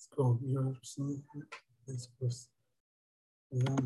go. You're supposed to.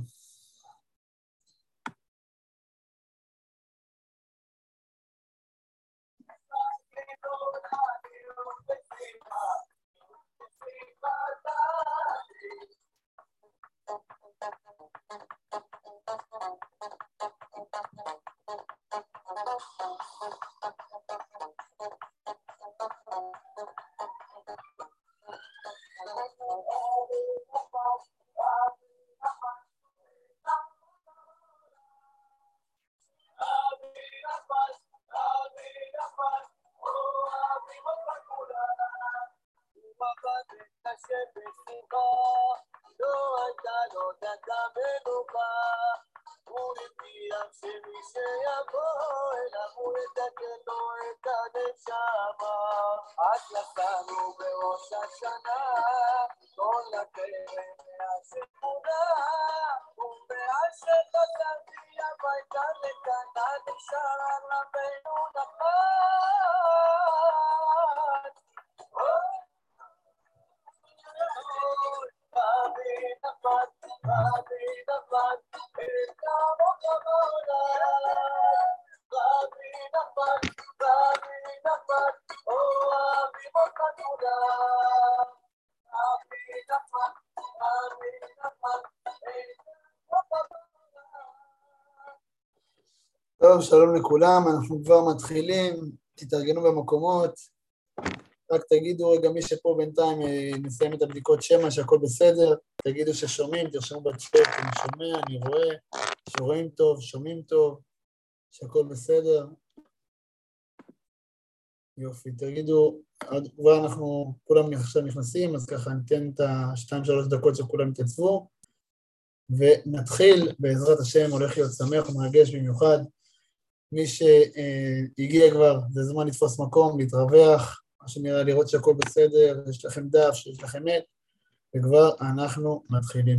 טוב, שלום לכולם, אנחנו כבר מתחילים, תתארגנו במקומות, רק תגידו רגע מי שפה בינתיים נסיים את הבדיקות שמע שהכל בסדר, תגידו ששומעים, תרשמו בצ'אט, אני שומע, אני רואה, שרואים טוב, שומעים טוב, שהכל בסדר. יופי, תגידו, כבר אנחנו כולם עכשיו נכנסים, אז ככה ניתן את ה2-3 דקות שכולם יתייצבו, ונתחיל, בעזרת השם, הולך להיות שמח ומרגש במיוחד, מי שהגיע כבר, זה זמן לתפוס מקום, להתרווח, מה שנראה לראות שהכל בסדר, יש לכם דף, שיש לכם את, וכבר אנחנו מתחילים.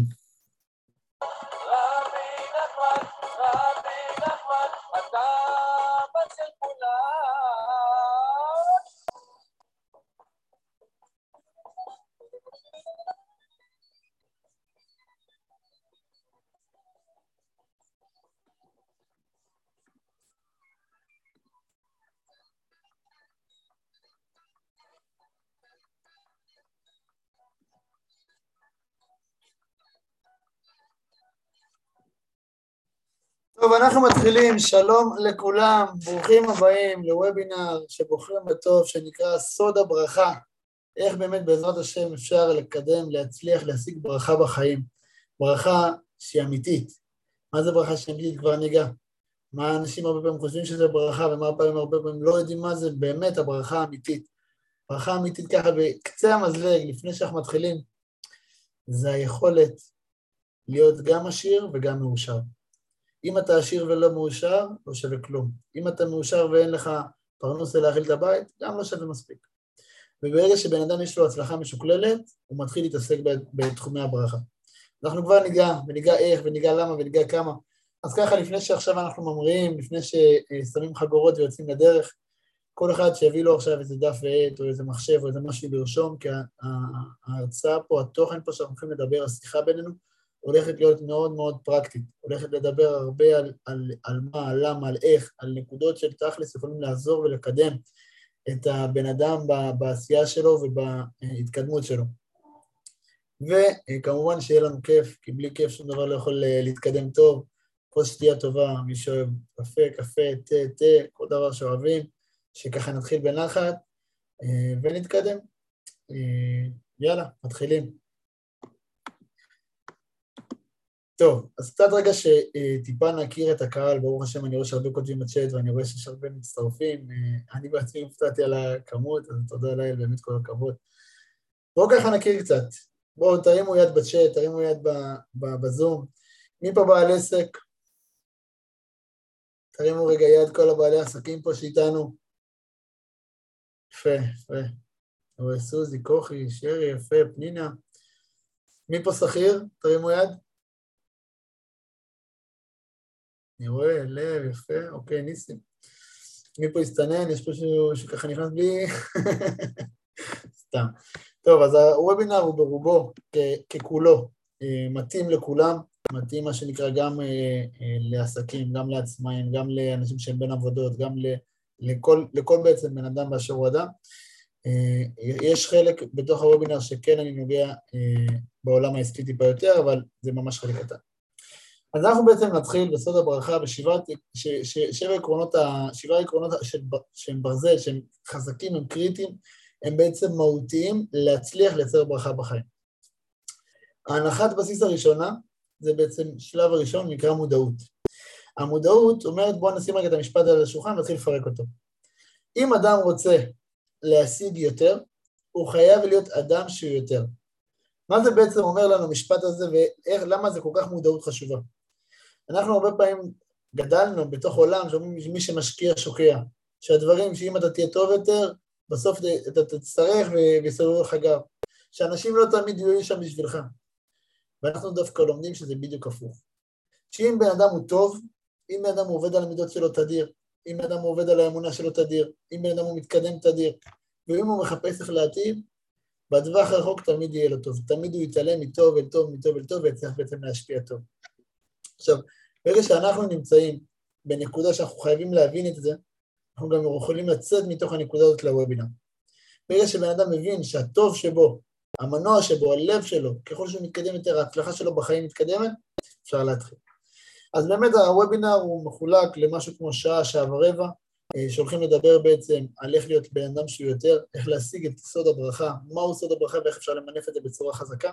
טוב, אנחנו מתחילים, שלום לכולם, ברוכים הבאים לוובינר שבוחרים בטוב שנקרא סוד הברכה, איך באמת בעזרת השם אפשר לקדם, להצליח, להשיג ברכה בחיים, ברכה שהיא אמיתית. מה זה ברכה שהיא אמיתית? כבר ניגע. מה אנשים הרבה פעמים חושבים שזה ברכה, ומה פעמים הרבה פעמים לא יודעים מה זה באמת הברכה האמיתית. ברכה אמיתית ככה בקצה המזלג, לפני שאנחנו מתחילים, זה היכולת להיות גם עשיר וגם מאושר. אם אתה עשיר ולא מאושר, לא שווה כלום. אם אתה מאושר ואין לך פרנוס להאכיל את הבית, גם לא שווה מספיק. וברגע שבן אדם יש לו הצלחה משוקללת, הוא מתחיל להתעסק בתחומי הברכה. אנחנו כבר ניגע איך וניגע למה וניגע כמה. אז ככה, לפני שעכשיו אנחנו ממריאים, לפני ששמים חגורות ויוצאים לדרך, כל אחד שיביא לו עכשיו איזה דף ועט או איזה מחשב או איזה משהו לרשום, כי ההרצאה פה, התוכן פה שאנחנו הולכים לדבר, השיחה בינינו, הולכת להיות מאוד מאוד פרקטית, הולכת לדבר הרבה על מה, על למה, על איך, על נקודות של תכלס יכולים לעזור ולקדם את הבן אדם בעשייה שלו ובהתקדמות שלו. וכמובן שיהיה לנו כיף, כי בלי כיף שום דבר לא יכול להתקדם טוב, כל שתייה טובה, מי שאוהב קפה, תה, כל דבר שאוהבים, שככה נתחיל בנחת ונתקדם. יאללה, מתחילים. טוב, אז קצת רגע שטיפה נכיר את הקהל, ברוך השם אני רואה שהרבה כותבים בצ'אט ואני רואה שיש הרבה מצטרפים, אני בעצמי הופתעתי על הכמות, אז תודה לאל, באמת כל הכבוד. בואו ככה נכיר קצת, בואו תרימו יד בצ'אט, תרימו יד בזום, מי פה בעל עסק? תרימו רגע יד כל הבעלי עסקים פה שאיתנו. יפה. רואה סוזי, כוחי, שרי, יפה, פנינה. מי פה שכיר? תרימו יד. אני רואה, לב, יפה, אוקיי, ניסים. מי פה הסתנן? יש פה שככה נכנס בלי... סתם. טוב, אז הוובינר הוא ברובו ככולו, מתאים לכולם, מתאים מה שנקרא גם לעסקים, גם לעצמאים, גם לאנשים שהם בין עבודות, גם לכל בעצם בן אדם באשר הוא אדם. יש חלק בתוך הוובינר שכן אני נוגע בעולם העסקי טיפה יותר, אבל זה ממש חלק קטן. אז אנחנו בעצם נתחיל בסוד הברכה בשבעה עקרונות שהם ברזל, שהם חזקים, הם קריטיים, הם בעצם מהותיים להצליח לייצר ברכה בחיים. ההנחת בסיס הראשונה, זה בעצם שלב הראשון, נקרא מודעות. המודעות אומרת, בואו נשים רגע את המשפט על השולחן ונתחיל לפרק אותו. אם אדם רוצה להשיג יותר, הוא חייב להיות אדם שהוא יותר. מה זה בעצם אומר לנו המשפט הזה, ולמה זה כל כך מודעות חשובה? אנחנו הרבה פעמים גדלנו בתוך עולם שאומרים מי שמשקיע שוקע, שהדברים שאם אתה תהיה טוב יותר, בסוף אתה תצטרך ויסררו לך גב, שאנשים לא תמיד יהיו שם בשבילך. ואנחנו דווקא לומדים שזה בדיוק הפוך. שאם בן אדם הוא טוב, אם בן אדם הוא עובד על המידות שלו תדיר, אם בן אדם הוא עובד על האמונה שלו תדיר, אם בן אדם הוא מתקדם תדיר, ואם הוא מחפש איך לעתיד, בטווח הרחוק תמיד יהיה לו טוב, תמיד הוא יתעלם מטוב אל טוב, מטוב אל טוב, ויצליח בעצם להשפיע טוב. עכשיו, ברגע שאנחנו נמצאים בנקודה שאנחנו חייבים להבין את זה, אנחנו גם יכולים לצאת מתוך הנקודה הזאת לוובינר. ברגע שבן אדם מבין שהטוב שבו, המנוע שבו, הלב שלו, ככל שהוא מתקדם יותר, ההצלחה שלו בחיים מתקדמת, אפשר להתחיל. אז באמת הוובינר הוא מחולק למשהו כמו שעה, שעה ורבע, שהולכים לדבר בעצם על איך להיות בן אדם שהוא יותר, איך להשיג את סוד הברכה, מהו סוד הברכה ואיך אפשר למנף את זה בצורה חזקה,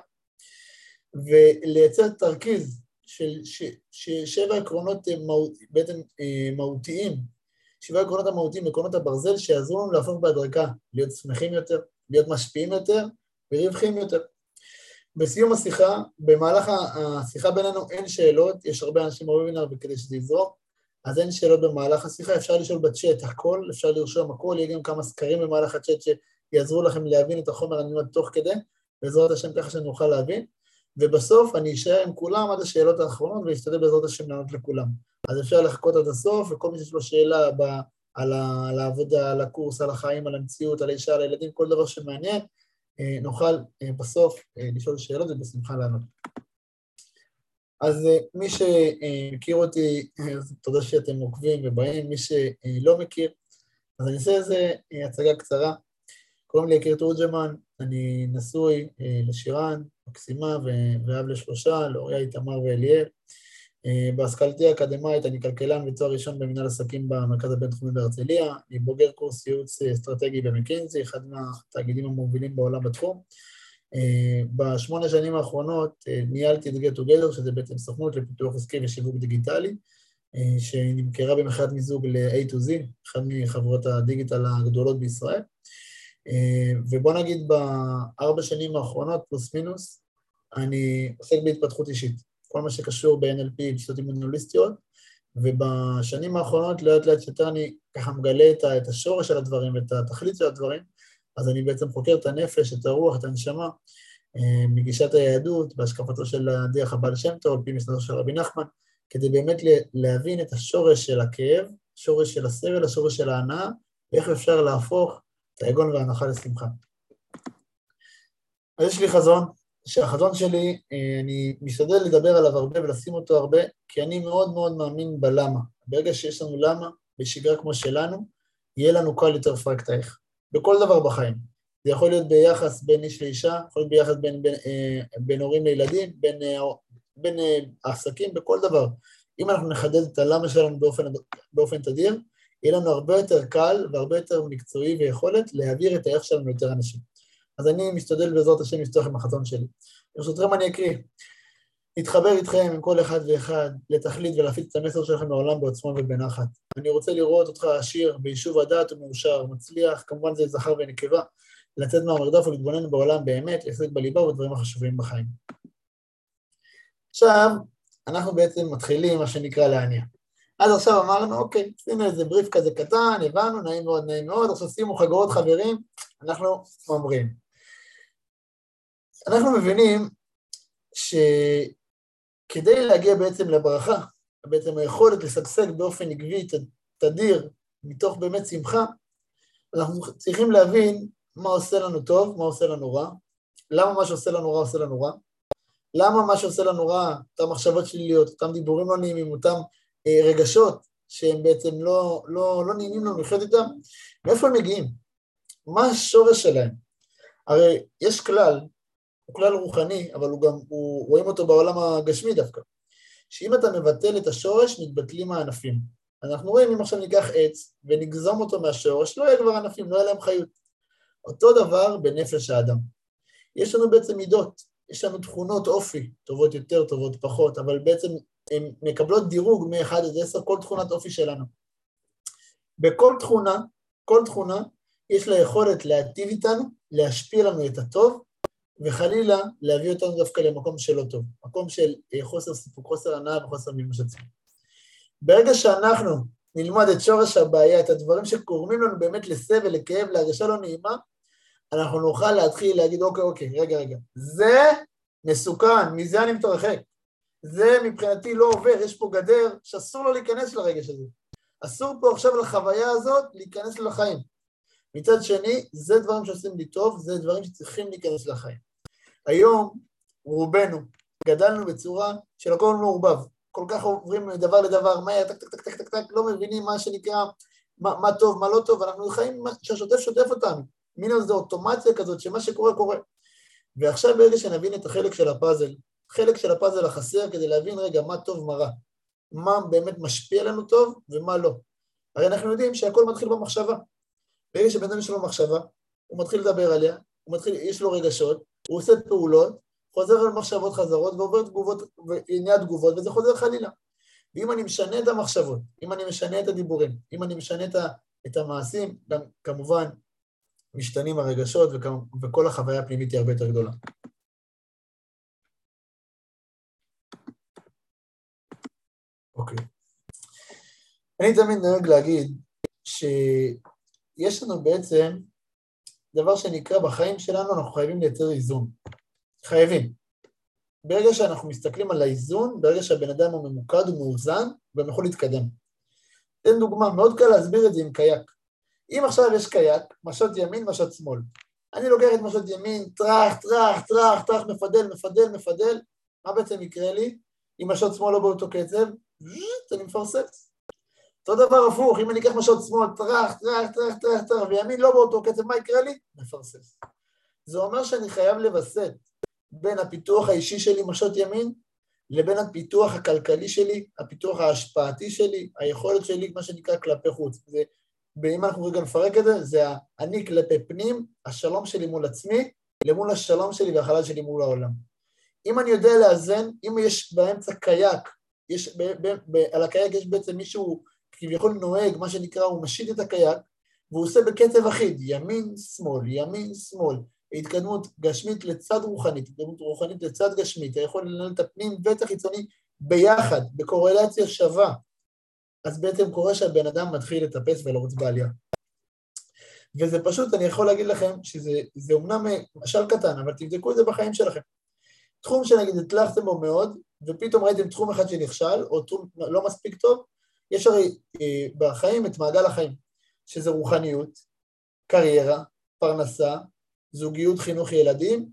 ולייצר תרכיז של 7 עקרונות בעצם מהותיים, 7 עקרונות המהותיים, עקרונות הברזל, שיעזרו לנו להפוך בהדרגה, להיות שמחים יותר, להיות משפיעים יותר ורווחים יותר. בסיום השיחה, במהלך השיחה בינינו אין שאלות, יש הרבה אנשים בוובינר וכדי שזה יזרום, אז אין שאלות במהלך השיחה, אפשר לשאול בצ'אט הכל, אפשר לרשום הכל, יהיה גם כמה סקרים במהלך הצ'אט שיעזרו לכם להבין את החומר הנלמד תוך כדי, בעזרת השם ככה שנוכל להבין, ובסוף אני אשאר עם כולם עד השאלות האחרונות ולהשתדל בעזרת השם לענות לכולם. אז אפשר לחכות עד הסוף, וכל מי שיש לו שאלה על העבודה, על הקורס, על החיים, על המציאות, על האישה, על הילדים, כל דבר שמעניין, נוכל בסוף לשאול שאלות ובשמחה לענות. אז מי שמכיר אותי, תודה שאתם עוקבים ובאים, מי שלא מכיר, אז אני אעשה איזה הצגה קצרה. קוראים לי יקיר תורג'מן, אני נשוי לשירן, מקסימה ואב לשלושה, לאוריה, איתמר ואליאל. בהשכלתי האקדמית אני כלכלן ותואר ראשון במנהל עסקים במרכז הבינתחומי בהרצליה, אני בוגר קורס ייעוץ אסטרטגי במקינזי, אחד מהתאגידים המובילים בעולם בתחום. ב8 שנים האחרונות ניהלתי את Get Together, שזה בעצם סוכנות לפיתוח עסקי ושיווק דיגיטלי, שנמכרה במכירת מיזוג ל-A to Z, אחד מחברות הדיגיטל הגדולות בישראל. ובוא נגיד ב4 שנים האחרונות, פלוס מינוס, אני עוסק בהתפתחות אישית, כל מה שקשור ב-NLP, בשיטות אימונוליסטיות, ובשנים האחרונות לאט שיותר אני ככה מגלה את השורש של הדברים, את התכלית של הדברים, אז אני בעצם חוקר את הנפש, את הרוח, את הנשמה, מגישת היהדות, בהשקפתו של דרך הבעל שם טוב, על פי מסנתו של רבי נחמן, כדי באמת להבין את השורש של הכאב, השורש של הסבל, השורש של ההנאה, ואיך אפשר להפוך את היגון וההנחה לשמחה. אז יש לי חזון, שהחזון שלי, אני משתדל לדבר עליו הרבה ולשים אותו הרבה, כי אני מאוד מאוד מאמין בלמה. ברגע שיש לנו למה, בשגרה כמו שלנו, יהיה לנו קל יותר לפרק את האיך. בכל דבר בחיים. זה יכול להיות ביחס בין איש לאישה, יכול להיות ביחס בין הורים לילדים, בין העסקים, בכל דבר. אם אנחנו נחדד את הלמה שלנו באופן תדיר, יהיה לנו הרבה יותר קל והרבה יותר מקצועי ויכולת להעביר את האיך שלנו ליותר אנשים. אז אני משתדל בעזרת השם לפתוח עם החזון שלי. ברשותכם אני אקריא. להתחבר איתכם עם כל אחד ואחד, לתכלית ולהפיץ את המסר שלכם לעולם בעוצמה ובנחת. אני רוצה לראות אותך עשיר, ביישוב הדעת ומאושר, מצליח, כמובן זה זכר ונקבה, לצאת מהמרדף ולהתבונן בעולם באמת, לעסוק בליבה ובדברים החשובים בחיים. עכשיו, אנחנו בעצם מתחילים מה שנקרא להניע. אז עכשיו אמרנו, אוקיי, עשינו איזה בריף כזה קטן, הבנו, נעים מאוד, עכשיו שימו חגורות חברים, אנחנו אומרים. אנחנו מבינים שכדי להגיע בעצם לברכה, בעצם היכולת לשגשג באופן עקבי, תדיר, מתוך באמת שמחה, אנחנו צריכים להבין מה עושה לנו טוב, מה עושה לנו רע, למה מה שעושה לנו רע עושה לנו רע, למה מה שעושה לנו רע, אותם מחשבות שליליות, אותם דיבורים לא נעימים, אותם רגשות שהם בעצם לא נעימים לנו לחיות איתם, מאיפה הם מגיעים? מה השורש שלהם? הרי יש כלל, הוא כלל רוחני, אבל רואים אותו בעולם הגשמי דווקא, שאם אתה מבטל את השורש, מתבטלים הענפים. אנחנו רואים אם עכשיו ניקח עץ ונגזום אותו מהשורש, לא יהיה כבר ענפים, לא יהיה להם חיות. אותו דבר בנפש האדם. יש לנו בעצם מידות, יש לנו תכונות אופי, טובות יותר, טובות פחות, אבל בעצם הן מקבלות דירוג מ-1 עד 10, כל תכונת אופי שלנו. בכל תכונה, כל תכונה, יש לה יכולת להטיב איתנו, להשפיע לנו את הטוב, וחלילה להביא אותנו דווקא למקום שלא טוב, מקום של חוסר סיפוק, חוסר הנאה וחוסר מימוש עצמי. ברגע שאנחנו נלמד את שורש הבעיה, את הדברים שקורמים לנו באמת לסבל, לכאב, להרגשה לא נעימה, אנחנו נוכל להתחיל להגיד, אוקיי, רגע, זה מסוכן, מזה אני מתרחק, זה מבחינתי לא עובר, יש פה גדר שאסור לו להיכנס לרגש הזה, אסור פה עכשיו לחוויה הזאת להיכנס לחיים. מצד שני, זה דברים שעושים לי טוב, זה דברים שצריכים להיכנס לחיים. היום, רובנו, גדלנו בצורה של הכל מעורבב, כל כך עוברים מדבר לדבר, מה היה, טק, לא מבינים מה שנקרא, מה טוב, מה לא טוב, אנחנו חיים שהשוטף שוטף אותנו, מינו זה אוטומציה כזאת, שמה שקורה קורה. ועכשיו ברגע שנבין את החלק של הפאזל החסר, כדי להבין רגע מה טוב, מה רע, מה באמת משפיע לנו טוב ומה לא. הרי אנחנו יודעים שהכל מתחיל במחשבה. ברגע שבן אדם יש לו מחשבה, הוא מתחיל לדבר עליה, יש לו רגשות, הוא עושה פעולות, חוזר על מחשבות חזרות ועובר תגובות, ועניין תגובות, וזה חוזר חלילה. ואם אני משנה את המחשבות, אם אני משנה את הדיבורים, אם אני משנה את המעשים, גם כמובן משתנים הרגשות, וכל החוויה הפנימית היא הרבה יותר גדולה. אוקיי. אני תמיד נוהג להגיד שיש לנו בעצם דבר שנקרא בחיים שלנו, אנחנו חייבים לייצר איזון. חייבים. ברגע שאנחנו מסתכלים על האיזון, ברגע שהבן אדם הוא ממוקד ומאוזן, הוא יכול להתקדם. תן דוגמה, מאוד קל להסביר את זה עם קייק. אם עכשיו יש קייק, משות ימין, משות שמאל. אני לוקח את משות ימין, טרח, מפדל, מה בעצם יקרה לי? אם משות שמאל לא באותו קצב, אני מפרסס. אותו דבר הפוך, אם אני אקח משות שמאל, טרח, וימין לא באותו קצב, מה יקרה לי? מפרסס. זה אומר שאני חייב לבסט בין הפיתוח האישי שלי, משות ימין, לבין הפיתוח הכלכלי שלי, הפיתוח ההשפעתי שלי, היכולת שלי, מה שנקרא כלפי חוץ. ואם אנחנו רגע נפרק את זה, זה אני כלפי פנים, השלום שלי מול עצמי, למול השלום שלי והחלל שלי מול העולם. אם אני יודע לאזן, אם יש באמצע קייק, על הקייק יש בעצם מישהו כביכול נוהג, מה שנקרא, הוא משית את הקייק, והוא עושה בקצב אחיד, ימין, שמאל, התקדמות גשמית לצד רוחנית, התקדמות רוחנית לצד גשמית, אתה יכול לנהל את הפנים ואת החיצוני ביחד, בקורלציה שווה, אז בעצם קורה שהבן אדם מתחיל לטפס ולרוץ בעלייה. וזה פשוט, אני יכול להגיד לכם, שזה אומנם משל קטן, אבל תבדקו את זה בחיים שלכם. תחום שנגיד הצלחתם בו מאוד, ופתאום ראיתם תחום אחד שנכשל, או תחום לא מספיק טוב, יש הרי בחיים את מעגל החיים, שזה רוחניות, קריירה, פרנסה, זוגיות, חינוך ילדים,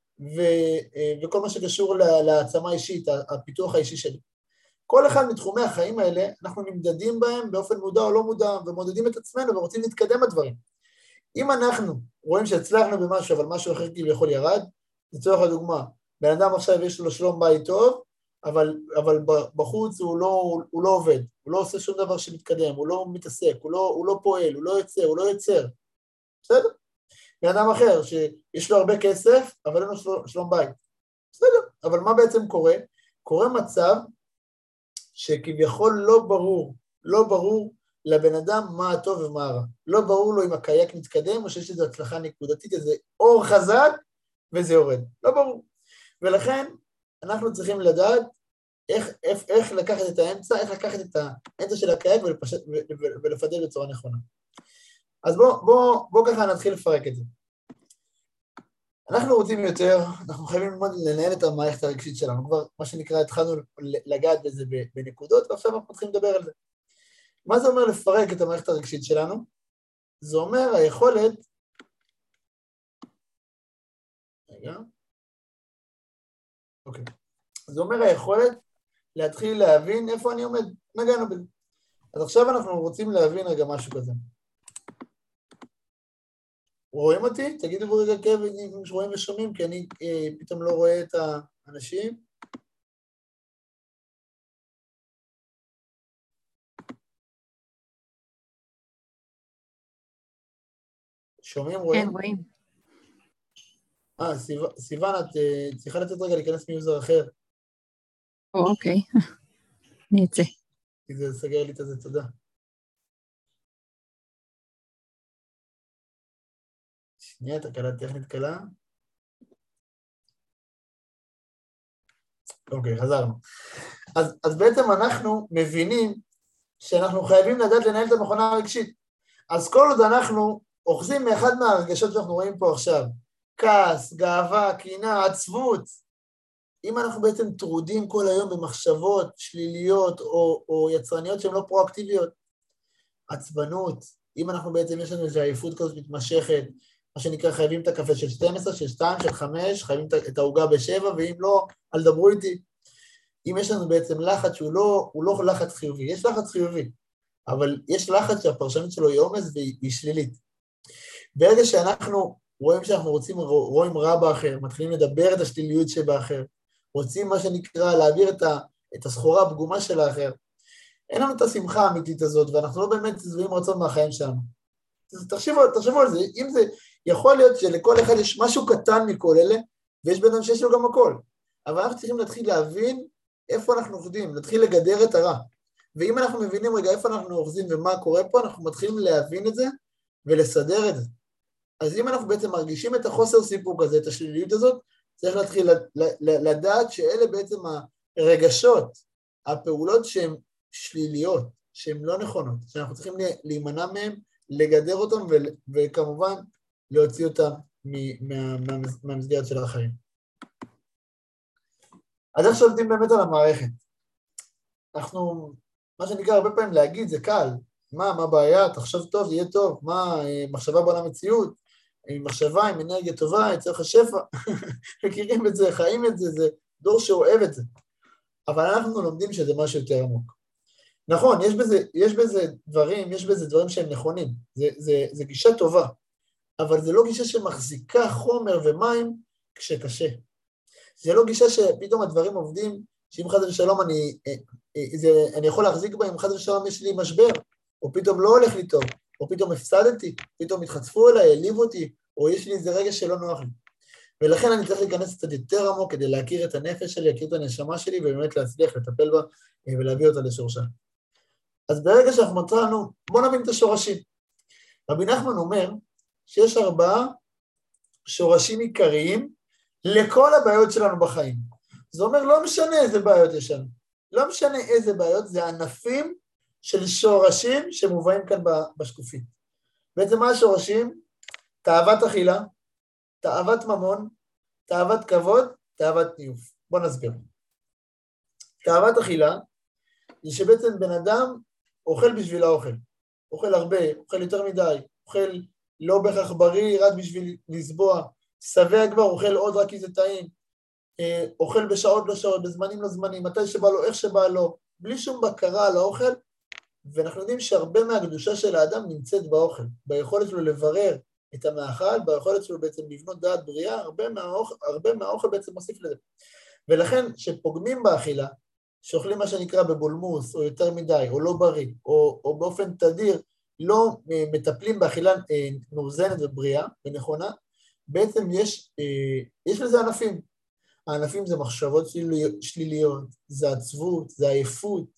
וכל מה שקשור להעצמה אישית, הפיתוח האישי שלי. כל אחד מתחומי החיים האלה, אנחנו נמדדים בהם באופן מודע או לא מודע, ומודדים את עצמנו ורוצים להתקדם בדברים. אם אנחנו רואים שהצלחנו במשהו, אבל משהו אחר כביכול ירד, לצורך הדוגמה, בן אדם עכשיו יש לו שלום בית טוב, אבל בחוץ הוא לא עובד, הוא לא עושה שום דבר שמתקדם, הוא לא מתעסק, הוא לא פועל, הוא לא יוצר. בסדר? בן אדם אחר שיש לו הרבה כסף, אבל אין לו שלום בית. בסדר, אבל מה בעצם קורה? קורה מצב שכביכול לא ברור לבן אדם מה הטוב ומה הרע. לא ברור לו אם הקייק מתקדם, או שיש איזו הצלחה נקודתית, איזה אור חזק, וזה יורד. לא ברור. ולכן אנחנו צריכים לדעת איך לקחת את האמצע, איך לקחת את האמצע של הקייק ולפדל בצורה נכונה. אז בוא ככה נתחיל לפרק את זה. אנחנו רוצים יותר, אנחנו חייבים ללמוד לנהל את המערכת הרגשית שלנו, כבר מה שנקרא התחלנו לגעת בזה בנקודות, ועכשיו אנחנו מתחילים לדבר על זה. מה זה אומר לפרק את המערכת הרגשית שלנו? זה אומר היכולת רגע. אוקיי. זה אומר היכולת להתחיל להבין איפה אני עומד. נגענו בזה. אז עכשיו אנחנו רוצים להבין רגע משהו כזה. רואים אותי? תגידו רגע כאב אם רואים ושומעים, כי אני פתאום לא רואה את האנשים. שומעים, רואים? כן, רואים. סיוון, את צריכה לתת רגע להיכנס מיוזר אחר. אוקיי. אני אצא. כי זה סגר לי את זה, תודה. שנייה, תקלה טכנית קלה. אוקיי, חזרנו. אז בעצם אנחנו מבינים שאנחנו חייבים לדעת לנהל את המכונה הרגשית. אז כל עוד אנחנו אוחזים מאחד מהרגשות שאנחנו רואים פה עכשיו, כעס, גאווה, קנאה, עצבות, אם אנחנו בעצם טרודים כל היום במחשבות שליליות או יצרניות שהן לא פרואקטיביות, עצבנות, אם אנחנו בעצם יש לנו איזו עייפות כזאת מתמשכת, מה שנקרא חייבים את הקפה של 12, של 2, של 5, חייבים את העוגה ב7, ואם לא, אל דברו איתי. אם יש לנו בעצם לחץ שהוא לא לחץ חיובי, יש לחץ חיובי, אבל יש לחץ שהפרשנות שלו היא עומס והיא שלילית. ברגע שאנחנו רואים שאנחנו רואים רע באחר, מתחילים לדבר את השליליות שבאחר, רוצים מה שנקרא להעביר את הסחורה הפגומה של האחר, אין לנו את השמחה האמיתית הזאת, ואנחנו לא באמת שבעים רצון מהחיים שלנו. תחשבו על זה, אם זה יכול להיות שלכל אחד יש משהו קטן מכל אלה, ויש בן אדם שיש לו גם הכל, אבל אנחנו צריכים להתחיל להבין איפה אנחנו עובדים, להתחיל לגדר את הרע, ואם אנחנו מבינים רגע איפה אנחנו עובדים ומה קורה פה, אנחנו מתחילים להבין את זה ולסדר את זה. אז אם אנחנו בעצם מרגישים את החוסר סיפוק הזה, את השליליות הזאת, צריך להתחיל לדעת שאלה בעצם הרגשות, הפעולות שהן שליליות, שהן לא נכונות, שאנחנו צריכים להימנע מהן, לגדר אותן וכמובן להוציא אותן מהמסגרת של החיים. אז איך שולטים באמת על המערכת? אנחנו, מה שנקרא הרבה פעמים להגיד זה קל, מה הבעיה, תחשוב טוב, יהיה טוב, מה מחשבה בעולם מציאות, עם מחשבה, עם אנרגיה טובה, יצא לך שפע, מכירים את זה, חיים את זה, זה דור שאוהב את זה. אבל אנחנו לומדים שזה משהו יותר עמוק. נכון, יש בזה דברים שהם נכונים, זה גישה טובה, אבל זה לא גישה שמחזיקה חומר ומים כשקשה. זה לא גישה שפתאום הדברים עובדים, שאם חס ושלום אני יכול להחזיק בהם, אם חס ושלום יש לי משבר, או פתאום לא הולך לי טוב, או פתאום הפסדתי, פתאום התחצפו אליי, העליבו אותי, או יש לי איזה רגע שלא נוח לי. ולכן אני צריך להיכנס קצת יותר עמוק כדי להכיר את הנפש שלי, להכיר את הנשמה שלי, ובאמת להצליח לטפל בה ולהביא אותה לשורשה. אז ברגע שאנחנו מצאנו, בואו נבין את השורשים. רבי נחמן אומר שיש 4 שורשים עיקריים לכל הבעיות שלנו בחיים. זה אומר לא משנה איזה בעיות יש לנו, לא משנה איזה בעיות, זה ענפים של שורשים שמובאים כאן בשקופית. בעצם מה השורשים? תאוות אכילה, תאוות ממון, תאוות כבוד, תאוות ניוף. בואו נסביר. תאוות אכילה זה שבעצם בן אדם אוכל בשביל האוכל, אוכל הרבה, אוכל יותר מדי, אוכל לא בהכרח בריא רק בשביל לסבוע, שבע כבר, אוכל עוד רק כי זה טעים, אוכל בשעות לא שעות, בזמנים לא זמנים, מתי שבא לו, איך שבא לו, בלי שום בקרה על האוכל, ואנחנו יודעים שהרבה מהקדושה של האדם נמצאת באוכל, ביכולת שלו לברר את המאכל, ביכולת שלו בעצם לבנות דעת בריאה, הרבה מהאוכל בעצם מוסיף לזה. ולכן שפוגמים באכילה, שאוכלים מה שנקרא בבולמוס, או יותר מדי, או לא בריא, או באופן תדיר, לא מטפלים באכילה מאוזנת ובריאה ונכונה, בעצם יש לזה ענפים. הענפים זה מחשבות שליליות, זה עצבות, זה עייפות,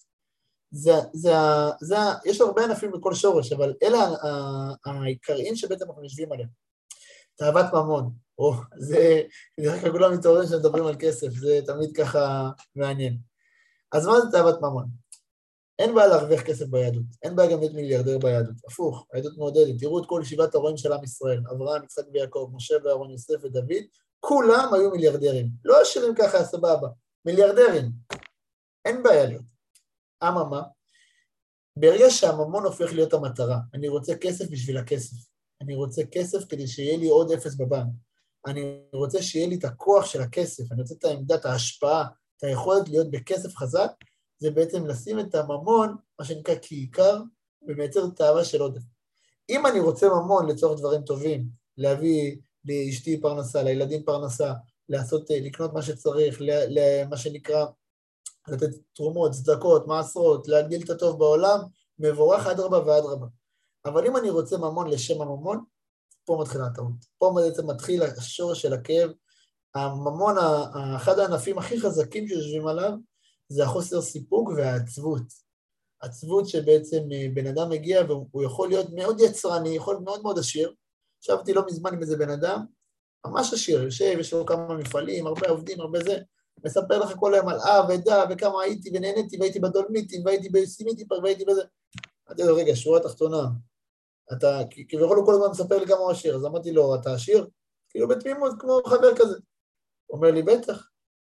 יש הרבה ענפים בכל שורש, אבל אלה העיקריים שבעצם אנחנו יושבים עליהם. תאוות ממון, זה כולם מתעוררים שמדברים על כסף, זה תמיד ככה מעניין. אז מה זה תאוות ממון? אין בעיה להרוויח כסף ביהדות, אין בעיה גם להיות מיליארדר ביהדות, הפוך, היהדות מעודדת, תראו את כל 7 הרועים של עם ישראל, אברהם, יצחק ויעקב, משה ואהרון, יוסף ודוד, כולם היו מיליארדרים, לא עשירים ככה, סבבה, מיליארדרים, אין בעיה להיות. אממה, ברגע שהממון הופך להיות המטרה, אני רוצה כסף בשביל הכסף, אני רוצה כסף כדי שיהיה לי עוד 0 בבנק, אני רוצה שיהיה לי את הכוח של הכסף, אני רוצה את העמדת ההשפעה, את היכולת להיות בכסף חזק, זה בעצם לשים את הממון, מה שנקרא כעיקר, ומייצר תאווה של עודף. אם אני רוצה ממון לצורך דברים טובים, להביא לאשתי פרנסה, לילדים פרנסה, לקנות מה שצריך, מה שנקרא, לתת תרומות, צדקות, מעשרות, להגדיל את הטוב בעולם, מבורך אדרבה ואדרבה. אבל אם אני רוצה ממון לשם הממון, פה מתחילה הטעות. פה בעצם מתחיל השורש של הכאב. הממון, אחד הענפים הכי חזקים שיושבים עליו, זה החוסר סיפוק והעצבות. עצבות שבעצם בן אדם מגיע והוא יכול להיות מאוד יצרני, יכול להיות מאוד מאוד עשיר. ישבתי לא מזמן עם איזה בן אדם, ממש עשיר, יושב, יש לו כמה מפעלים, הרבה עובדים, הרבה זה, מספר לך כל היום על ודע, וכמה הייתי ונהניתי, והייתי בדולמיטים, והייתי בסימיטי פארק, והייתי בזה. אמרתי לו, רגע, שורה תחתונה, אתה, כביכול הוא כל הזמן מספר לי כמה הוא עשיר, אז אמרתי לו, אתה עשיר? כאילו בתמימות, כמו חבר כזה. הוא אומר לי, בטח.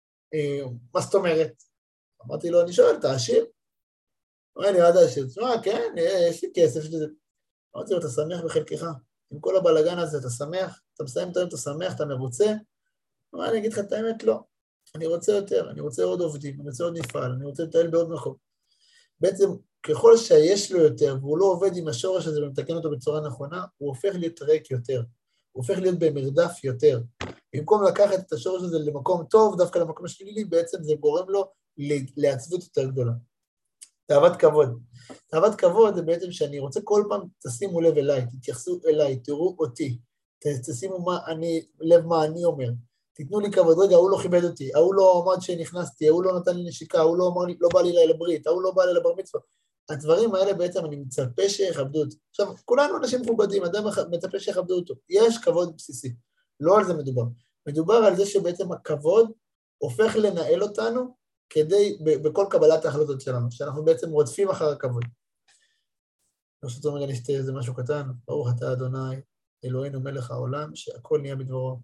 מה זאת אומרת? אמרתי לו, אני שואל, אתה עשיר? הוא אומר לי, עד עשיר. תשמע, כן, יש לי כסף, יש לי זה. אמרתי לו, אתה שמח בחלקך? עם כל הבלגן הזה, אתה שמח? אתה מסיים את היום, אתה שמח, אתה מרוצה? הוא אומר, אני אגיד לך את האמת, לא. אני רוצה יותר, אני רוצה עוד עובדים, אני רוצה עוד מפעל, אני רוצה לטייל בעוד מקום. בעצם, ככל שיש לו יותר, והוא לא עובד עם השורש הזה ומתקן אותו בצורה נכונה, הוא הופך להיות ריק יותר. הוא הופך להיות במרדף יותר. במקום לקחת את השורש הזה למקום טוב, דווקא למקום שלילי, בעצם זה גורם לו לעצבות יותר גדולה. תאוות כבוד. תאוות כבוד זה בעצם שאני רוצה כל פעם, תשימו לב אליי, תתייחסו אליי, תראו אותי, תשימו לב מה אני אומר. תיתנו לי כבוד, רגע, הוא לא כיבד אותי, הוא לא עמד שנכנסתי, הוא לא נתן לי נשיקה, הוא לא אמר לי, לא בא לי לברית, הוא לא בא לי לבר מצווה. הדברים האלה בעצם אני מצפה שיכבדו אותי. עכשיו, כולנו אנשים מכובדים, אדם מצפה שיכבדו אותו. יש כבוד בסיסי, לא על זה מדובר. מדובר על זה שבעצם הכבוד הופך לנהל אותנו כדי, בכל קבלת ההחלטות שלנו, שאנחנו בעצם רודפים אחר הכבוד. ברשות אומרת, אני אשתה איזה משהו קטן, ברוך אתה אדוני, אלוהינו מלך העולם, שהכל נהיה בדברו.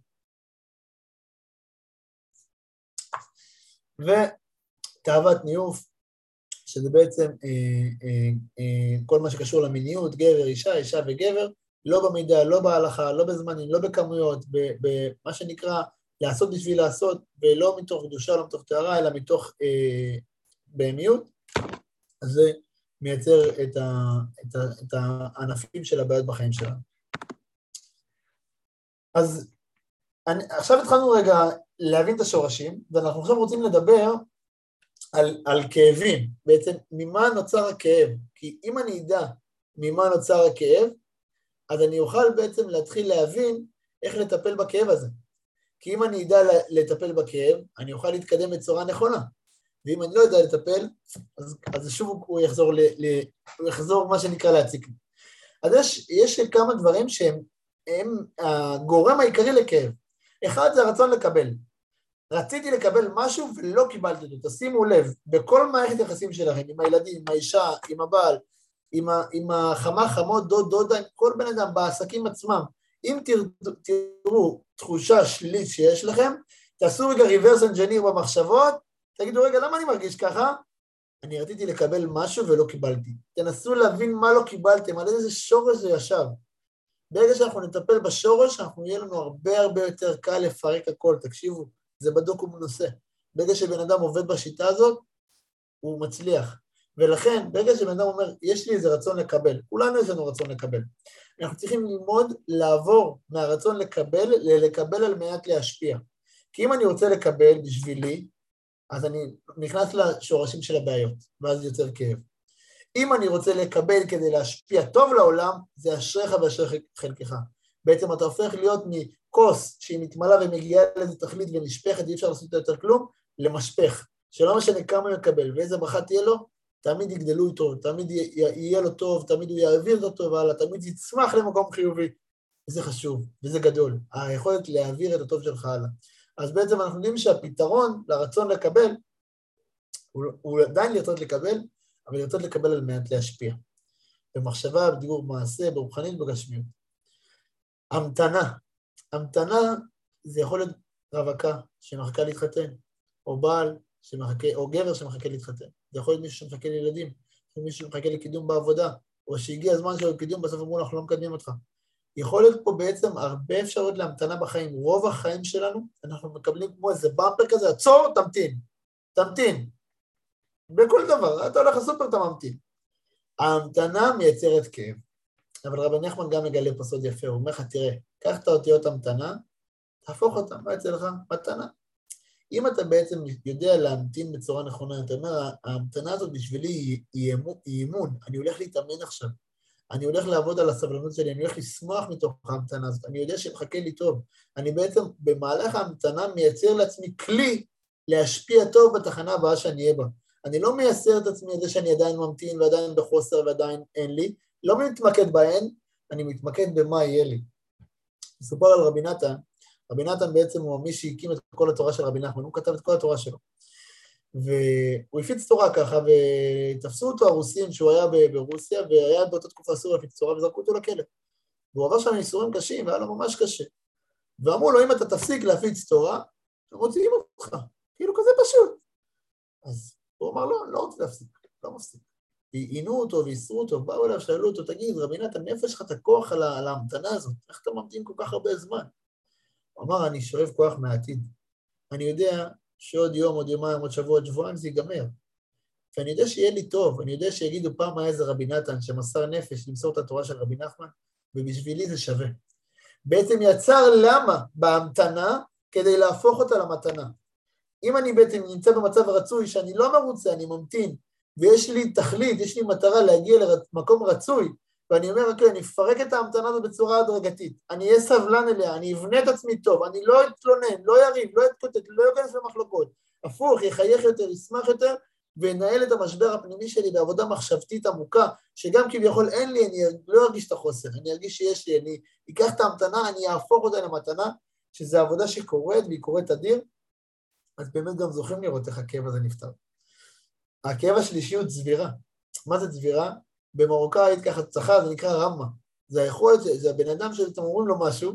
ותאוות ניאוף, שזה בעצם כל מה שקשור למיניות, גבר, אישה, אישה וגבר, לא במידה, לא בהלכה, לא בזמנים, לא בכמויות, במה שנקרא לעשות בשביל לעשות, ולא מתוך קדושה, לא מתוך טהרה, אלא מתוך בהמיות, אז זה מייצר את הענפים של הבעיות בחיים שלנו. אז עכשיו התחלנו רגע להבין את השורשים, ואנחנו עכשיו רוצים לדבר על כאבים, בעצם ממה נוצר הכאב, כי אם אני אדע ממה נוצר הכאב, אז אני אוכל בעצם להתחיל להבין איך לטפל בכאב הזה. כי אם אני אדע לטפל בכאב, אני אוכל להתקדם בצורה נכונה. ואם אני לא יודע לטפל, אז שוב הוא יחזור מה שנקרא להציק. אז יש כמה דברים שהם הגורם העיקרי לכאב. אחד זה הרצון לקבל. רציתי לקבל משהו ולא קיבלתי אותו. תשימו לב, בכל מערכת יחסים שלכם, עם הילדים, עם האישה, עם הבעל, עם החמה, חמות, דודה, עם כל בן אדם, בעסקים עצמם, אם תראו תחושה שלילית שיש לכם, תעשו רגע reverse engineer במחשבות, תגידו רגע, למה אני מרגיש ככה? אני רציתי לקבל משהו ולא קיבלתי. תנסו להבין מה לא קיבלתם, על איזה שורש זה ישב. ברגע שאנחנו נטפל בשורש, אנחנו יהיה לנו הרבה יותר קל לפרק הכל, תקשיבו, זה בדוק ומנוסה. ברגע שבן אדם עובד בשיטה הזאת, הוא מצליח. ולכן, ברגע שבן אדם אומר, יש לי איזה רצון לקבל, כולנו יש לנו רצון לקבל. אנחנו צריכים ללמוד לעבור מהרצון לקבל על מנת להשפיע. כי אם אני רוצה לקבל בשבילי, אז אני נכנס לשורשים של הבעיות, ואז יוצר כאב. אם אני רוצה לקבל כדי להשפיע טוב לעולם, זה אשריך ואשרי חלקך. בעצם אתה הופך להיות מכוס שהיא מתמלאה ומגיעה לאיזה תכלית ונשפכת, אי אפשר לעשות יותר כלום, למשפך. שלא משנה כמה יקבל ואיזה ברכה תהיה לו, תמיד יגדלו איתו, תמיד יהיה לו טוב, תמיד הוא יעביר אותו טוב הלאה, תמיד יצמח למקום חיובי. וזה חשוב, וזה גדול, היכולת להעביר את הטוב שלך הלאה. אז בעצם אנחנו יודעים שהפתרון לרצון לקבל, הוא עדיין לרצות לקבל, אבל לרצות לקבל על מנת להשפיע. במחשבה, בדיבור מעשה, ברוחנית, בגשמיות. המתנה זה יכול להיות רווקה שמחכה להתחתן, או בעל שמחכה, או גבר שמחכה להתחתן. זה יכול להיות מישהו שמחכה לילדים, או מישהו שמחכה לקידום בעבודה, או שהגיע הזמן של קידום, בסוף אמרו, אנחנו לא מקדמים אותך. יכול להיות פה בעצם הרבה אפשרות להמתנה בחיים. רוב החיים שלנו, אנחנו מקבלים כמו איזה במפר כזה, עצור, תמתין, תמתין. בכל דבר, אתה הולך לסופר, אתה ממתין. ההמתנה מייצרת כאב. אבל רבי נחמן גם מגלה פה סוד יפה, הוא אומר לך, תראה, קח את האותיות המתנה, תהפוך אותה, מה יצא לך? מתנה. אם אתה בעצם יודע להמתין בצורה נכונה, אתה אומר, ההמתנה הזאת בשבילי היא אימון, אני הולך להתאמן עכשיו, אני הולך לעבוד על הסבלנות שלי, אני הולך לשמוח מתוך ההמתנה הזאת, אני יודע שמחכה לי טוב, אני בעצם במהלך ההמתנה מייצר לעצמי כלי להשפיע טוב בתחנה הבאה שאני אהיה בה. אני לא מייצר את עצמי את זה שאני עדיין ממתין ועדיין בחוסר ועדיין אין לי, לא מתמקד בהן, אני מתמקד במה יהיה לי. מסופר על רבי נתן, רבי נתן בעצם הוא מי שהקים את כל התורה של רבי נחמן, הוא כתב את כל התורה שלו. והוא הפיץ תורה ככה, ותפסו אותו הרוסים שהוא היה ברוסיה, והיה באותה תקופה אסור להפיץ תורה, וזרקו אותו לכלא. והוא עבר שם איסורים קשים, והיה לו ממש קשה. ואמרו לו, אם אתה תפסיק להפיץ תורה, הם מוציאים אותך, כאילו כזה פשוט. אז הוא אמר, לא, אני לא רוצה להפסיק, לא מפסיק. ועינו אותו ואיסרו אותו, באו אליו, שאלו אותו, תגיד, רבי נתן, מאיפה יש לך את הכוח על ההמתנה הזאת? איך אתה ממתין כל כך הרבה זמן? הוא אמר, אני שואב כוח מהעתיד. אני יודע שעוד יום, עוד יומיים, עוד שבוע, עוד שבועיים זה ייגמר. ואני יודע שיהיה לי טוב, אני יודע שיגידו פעם היה איזה רבי נתן שמסר נפש למסור את התורה של רבי נחמן, ובשבילי זה שווה. בעצם יצר למה בהמתנה כדי להפוך אותה למתנה. אם אני בעצם נמצא במצב רצוי שאני לא מרוצה, אני ממתין, ויש לי תכלית, יש לי מטרה להגיע למקום רצוי, ואני אומר, אוקיי, אני אפרק את ההמתנה הזאת בצורה הדרגתית, אני אהיה סבלן אליה, אני אבנה את עצמי טוב, אני לא אתלונן, לא יריב, לא אתקוטט, לא אכנס למחלוקות, הפוך, יחייך יותר, ישמח יותר, וינהל את המשבר הפנימי שלי בעבודה מחשבתית עמוקה, שגם כביכול אין לי, אני לא ארגיש את החוסר, אני ארגיש שיש לי, אני אקח את ההמתנה, אני אהפוך אותה למתנה, שזו עבודה שקורית, והיא קורית אדיר, אז באמת גם זוכים לראות איך הכאב הזה נפתר. הכאב השלישי הוא צבירה. מה זה צבירה? במרוקאית ככה צחה, זה נקרא רמה. זה היכולת, זה הבן אדם שאתם אומרים לו משהו,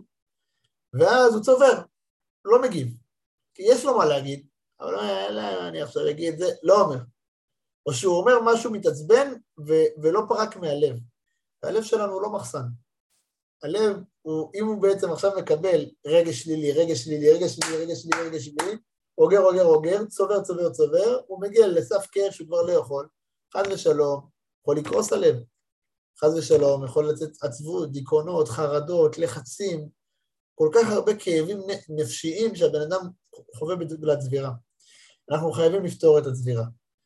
ואז הוא צובר, לא מגיב. כי יש לו מה להגיד, אבל לא, אני עכשיו אגיד את זה, לא אומר. או שהוא אומר משהו מתעצבן, ולא פרק מהלב. והלב שלנו הוא לא מחסן. הלב, אם הוא בעצם עכשיו מקבל רגש שלילי, רגש שלילי, רגש שלילי, רגש שלילי, רגש שלילי, אוגר, צובר, הוא מגיע לסף כאב שהוא כבר לא יכול, חס ושלום, יכול לקרוס הלב, חס ושלום, יכול לצאת עצבות, דיכאונות, חרדות, לחצים, כל כך הרבה כאבים נפשיים שהבן אדם חווה בצבירה. אנחנו חייבים לפתור את הצבירה.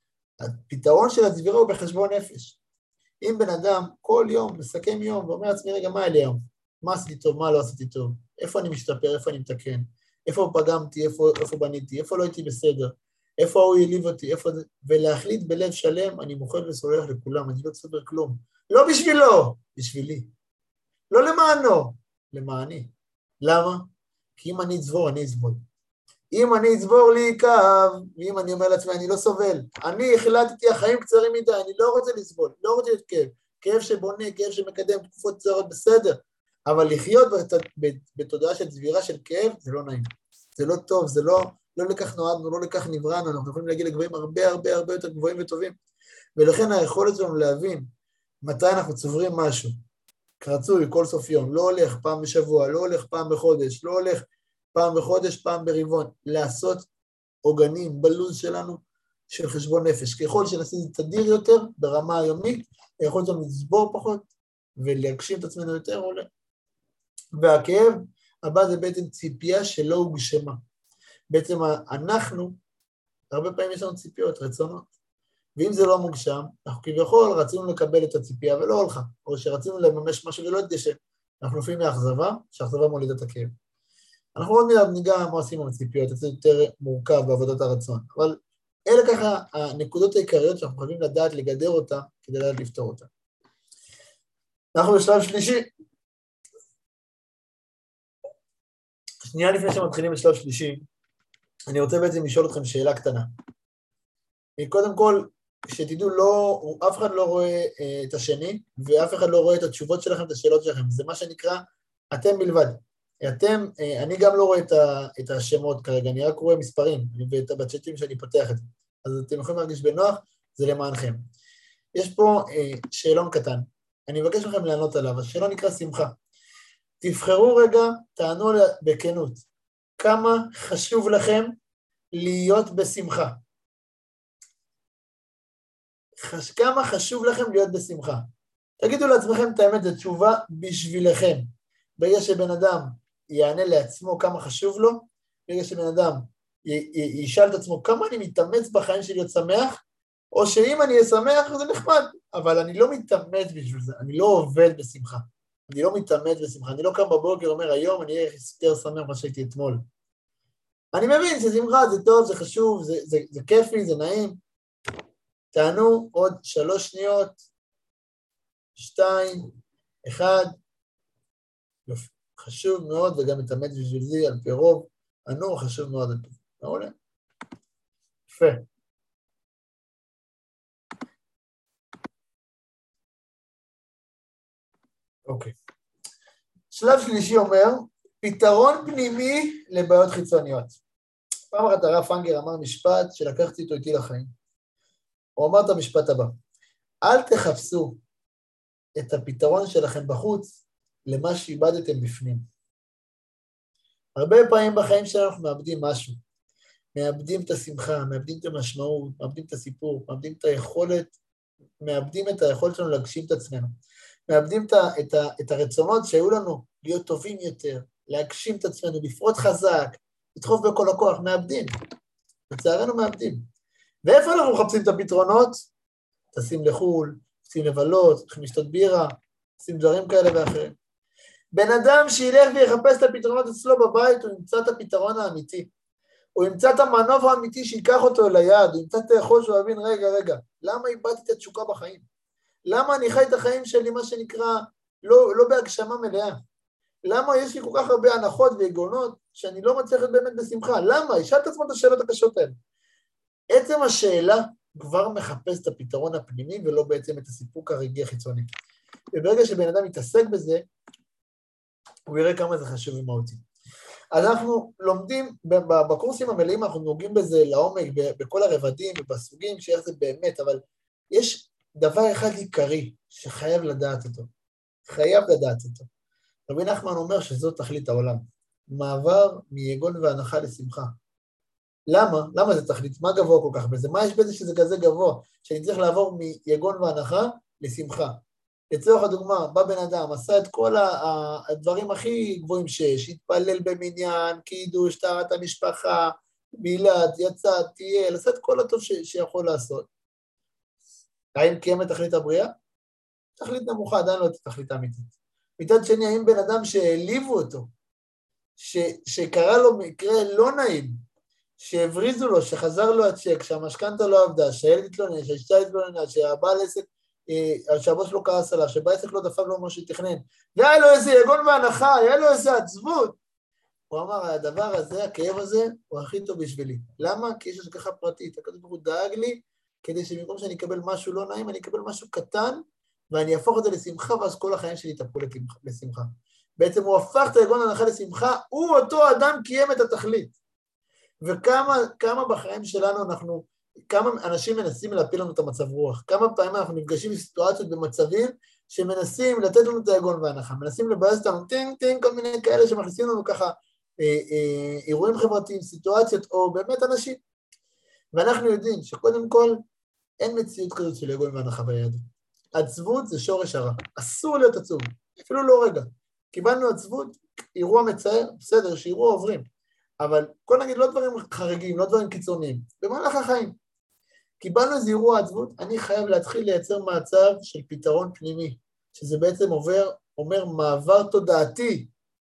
הפתרון של הצבירה הוא בחשבון נפש. אם בן אדם כל יום מסכם יום ואומר לעצמי, רגע, מה אלה יום? מה עשיתי טוב, מה לא עשיתי טוב? איפה אני משתפר, איפה אני מתקן? איפה פגמתי, איפה בניתי, איפה לא הייתי בסדר, איפה הוא העליב אותי, ולהחליט בלב שלם, אני מוכן וסולח לכולם, אני לא צובר כלום. לא בשבילו, בשבילי. לא למענו, למעני. למה? כי אם אני אצבור, אני אסבול. אם אני אצבור לי קו, ואם אני אומר לעצמי, אני לא סובל, אני החלטתי, החיים קצרים מדי, אני לא רוצה לסבול, לא רוצה להיות כאב, כאב שבונה, כאב שמקדם תקופות קצרות בסדר, אבל לחיות בתודעה של צבירה של כאב, זה לא נעים. זה לא טוב, זה לא לכך נועדנו, לא לכך נבראנו, אנחנו יכולים להגיע לגבוהים הרבה יותר גבוהים וטובים. ולכן היכולת שלנו להבין מתי אנחנו צוברים משהו, כרצוי כל סוף יום, לא הולך פעם בשבוע, לא הולך פעם בחודש, לא הולך פעם בחודש, פעם ברבעון, לעשות עוגנים בלוז שלנו של חשבון נפש. ככל שנעשה את תדיר יותר ברמה היומית, היכולת שלנו לסבור פחות ולהגשים את עצמנו יותר עולה. והכאב הבא זה בעצם ציפייה שלא הוגשמה. בעצם אנחנו, הרבה פעמים יש לנו ציפיות, רצונות, ואם זה לא מוגשם, אנחנו כביכול רצינו לקבל את הציפייה ולא הולכה, או שרצינו לממש משהו ולא התגשם. אנחנו נופלים מאכזבה, שהאכזבה מולידה את הכאב. אנחנו עוד מיד ניגע מה עושים עם הציפיות, זה יותר מורכב בעבודת הרצון, אבל אלה ככה הנקודות העיקריות שאנחנו חייבים לדעת לגדר אותה, כדי לדעת לפתור אותה. אנחנו בשלב שלישי. שנייה לפני שמתחילים בשלב שלישי, אני רוצה בעצם לשאול אתכם שאלה קטנה. קודם כל, שתדעו, אף אחד לא רואה את השני, ואף אחד לא רואה את התשובות שלכם, את השאלות שלכם. זה מה שנקרא, אתם בלבד. אני גם לא רואה את השמות כרגע, אני רק רואה מספרים, בצ'אטים שאני פותח את זה. אז אתם יכולים להרגיש בנוח, זה למענכם. יש פה שאלון קטן, אני מבקש לכם לענות עליו, השאלון נקרא שמחה. תבחרו רגע, תענו בכנות. כמה חשוב לכם להיות בשמחה? כמה חשוב לכם להיות בשמחה? תגידו לעצמכם את האמת, זו תשובה בשבילכם. ברגע שבן אדם יענה לעצמו כמה חשוב לו, ברגע שבן אדם ישאל את עצמו כמה אני מתאמץ בחיים שלי להיות שמח, או שאם אני אהיה שמח זה נחמד, אבל אני לא מתאמץ בשביל זה, אני לא עובד בשמחה, אני לא מתאמץ בשמחה, אני לא קם בבוקר אומר היום אני אהיה יותר שמח מה שהייתי אתמול. אני מבין ששמחה זה טוב, זה חשוב, זה כיפי, זה נעים. תענו עוד 3 שניות, 2, 1, יופי, חשוב מאוד וגם מתאמץ בשביל זה על פי רוב, ענו חשוב מאוד על פי זה, מעולה? יפה. אוקיי. שלב שלישי אומר, פתרון פנימי לבעיות חיצוניות. פעם אחת הרב פנגר אמר משפט שלקחתי אותו איתי לחיים. הוא אמר את המשפט הבא, אל תחפשו את הפתרון שלכם בחוץ למה שאיבדתם בפנים. הרבה פעמים בחיים שלנו אנחנו מאבדים משהו, מאבדים את השמחה, מאבדים את המשמעות, מאבדים את הסיפור, מאבדים את היכולת, מאבדים את היכולת שלנו להגשים את עצמנו, מאבדים את הרצונות שהיו לנו להיות טובים יותר, להגשים את עצמנו, לפרוט חזק, לדחוף בכל הכוח, מאבדים. לצערנו מאבדים. ואיפה אנחנו מחפשים את הפתרונות? טסים לחול, טסים לבלות, הולכים לשתות בירה, עושים דברים כאלה ואחרים. בן אדם שילך ויחפש את הפתרונות אצלו בבית, הוא ימצא את הפתרון האמיתי. הוא ימצא את המנוף האמיתי שיקח אותו אל היד, הוא ימצא את היכול שהוא יבין, רגע, למה איבדתי את התשוקה בחיים? למה אני חי את החיים שלי, מה שנקרא, לא בהגשמה מלאה? למה יש לי כל כך הרבה הנחות ויגונות שאני לא מצליח להיות באמת בשמחה? למה? ישאל את עצמו את השאלות הקשות האלה. עצם השאלה כבר מחפש את הפתרון הפנימי ולא בעצם את הסיפוק הרגעי החיצוני. וברגע שבן אדם מתעסק בזה, הוא יראה כמה זה חשוב ומהותי. אז אנחנו לומדים, בקורסים המלאים אנחנו נוגעים בזה לעומק, בכל הרבדים ובסוגים, שאיך זה באמת, אבל יש דבר אחד עיקרי שחייב לדעת אותו. חייב לדעת אותו. רבי נחמן אומר שזאת תכלית העולם. מעבר מיגון והנחה לשמחה. למה? למה זה תכלית? מה גבוה כל כך בזה? מה יש בזה שזה כזה גבוה? שאני צריך לעבור מיגון והנחה לשמחה. לצורך הדוגמה, בא בן אדם, עשה את כל הדברים הכי גבוהים שיש, התפלל במניין, קידוש, טהרת המשפחה, מילד, יצא, טייל, עשה את כל הטוב שיכול לעשות. האם קיים את תכלית הבריאה? תכלית נמוכה, עדיין לא את התכלית האמיתית. מצד שני, האם בן אדם שהעליבו אותו, שקרה לו מקרה לא נעים, שהבריזו לו, שחזר לו הצ'ק, שהמשכנתה לא עבדה, שהילד התלונן, שהאשתה התלוננה, שהבעל עסק, שהבוס לא כעס עליו, שבעסק לא דפק לו מה שתכנן, והיה לו איזה יגון והנחה, היה לו איזה עצבות. הוא אמר, הדבר הזה, הכאב הזה, הוא הכי טוב בשבילי. למה? כי יש השגחה פרטית. הקדוש ברוך הוא דאג לי, כדי שבמקום שאני אקבל משהו לא נעים, אני אקבל משהו קטן, ואני אהפוך את זה לשמחה, ואז כל החיים שלי יתהפכו לשמחה. בעצם הוא הפך את היגון והנחה לשמחה, הוא אותו אדם קיים את התכלית. וכמה בחיים שלנו כמה אנשים מנסים להפיל לנו את המצב רוח, כמה פעמים אנחנו נפגשים בסיטואציות במצבים שמנסים לתת לנו את היגון והנחה, מנסים לבאס אותנו, טינג, כל מיני כאלה שמכניסים לנו ככה אירועים חברתיים, סיטואציות, או באמת אנשים. ואנחנו יודעים שקודם כל אין מציאות כזאת של יגון והנחה ביהדות. עצבות זה שורש הרע, אסור להיות עצוב, אפילו לא רגע. קיבלנו עצבות, אירוע מצער, בסדר, שאירוע עוברים. אבל כל נגיד לא דברים חריגים, לא דברים קיצוניים, במהלך החיים. קיבלנו איזה אירוע עצבות, אני חייב להתחיל לייצר מצב של פתרון פנימי, שזה בעצם אומר מעבר תודעתי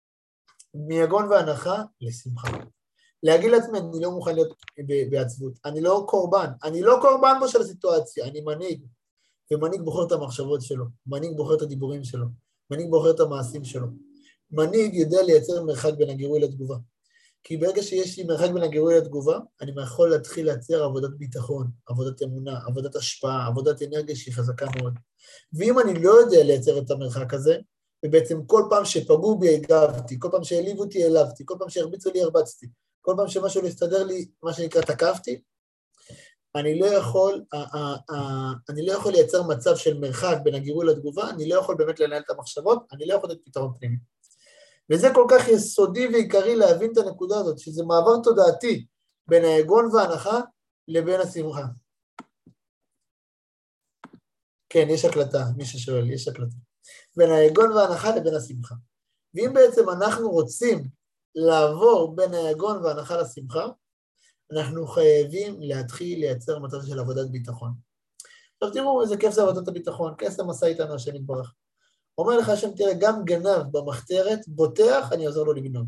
מיגון והנחה לשמחה. להגיד לעצמי, אני לא מוכן להיות בעצבות, אני לא קורבן בו של הסיטואציה, אני מנהיג, ומנהיג בוחר את המחשבות שלו, מנהיג בוחר את הדיבורים שלו, מנהיג בוחר את המעשים שלו. מנהיג יודע לייצר מרחק בין הגירוי לתגובה. כי ברגע שיש לי מרחק בין הגירוי לתגובה, אני יכול להתחיל לייצר עבודת ביטחון, עבודת אמונה, עבודת השפעה, עבודת אנרגיה שהיא חזקה מאוד. ואם אני לא יודע לייצר את המרחק הזה, ובעצם כל פעם שפגעו בי הגבתי, כל פעם שהעליבו אותי העלבתי, כל פעם שהרביצו לי הרבצתי, כל פעם שמשהו לא יסתדר לי, מה שנקרא תקפתי, אני לא יכול לייצר מצב של מרחק בין הגירוי לתגובה, אני לא יכול באמת לנהל את המחשבות, אני לא יכול לתת פתרון פנימי. וזה כל כך יסודי ועיקרי להבין את הנקודה הזאת, שזה מעבר תודעתי בין היגון וההנחה לבין השמחה. כן, יש הקלטה, מי ששואל, יש הקלטה. בין היגון וההנחה לבין השמחה. ואם בעצם אנחנו רוצים לעבור בין היגון וההנחה לשמחה, אנחנו חייבים להתחיל לייצר מצב של עבודת ביטחון. עכשיו תראו איזה כיף זה עבודת הביטחון, כיף המסע איתנו השם יתברך. אומר לך השם, תראה, גם גנב במחתרת, בוטח, אני עוזר לו לגנוב.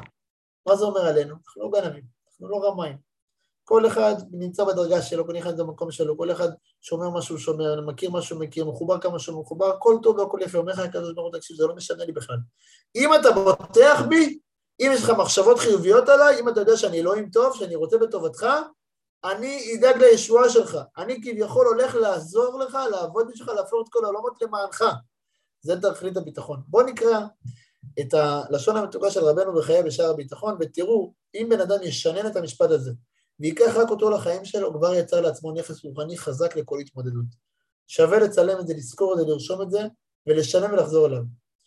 מה זה אומר עלינו? אנחנו לא גנבים, אנחנו לא רמאים. כל אחד נמצא בדרגה שלו, כל אחד במקום שלו, כל אחד שומר מה שהוא שומר, מכיר מה שהוא מכיר, מחובר כמה שהוא מחובר, הכל טוב והכל יפה, אומר לך הקדוש ברוך הוא, תקשיב, זה לא משנה לי בכלל. אם אתה בוטח בי, אם יש לך מחשבות חיוביות עליי, אם אתה יודע שאני אלוהים טוב, שאני רוצה בטובתך, אני אדאג לישועה שלך. אני כביכול הולך לעזור לך, לעבוד בשבילך, להפוך את כל העולמות למענך. זה תכלית הביטחון. בואו נקרא את הלשון המתוקה של רבנו בחיי בשער הביטחון, ותראו, אם בן אדם ישנן את המשפט הזה, ויקח רק אותו לחיים שלו, כבר יצר לעצמו נכס רוחני חזק לכל התמודדות. שווה לצלם את זה, לזכור את זה, לרשום את זה, ולשנן ולחזור אליו.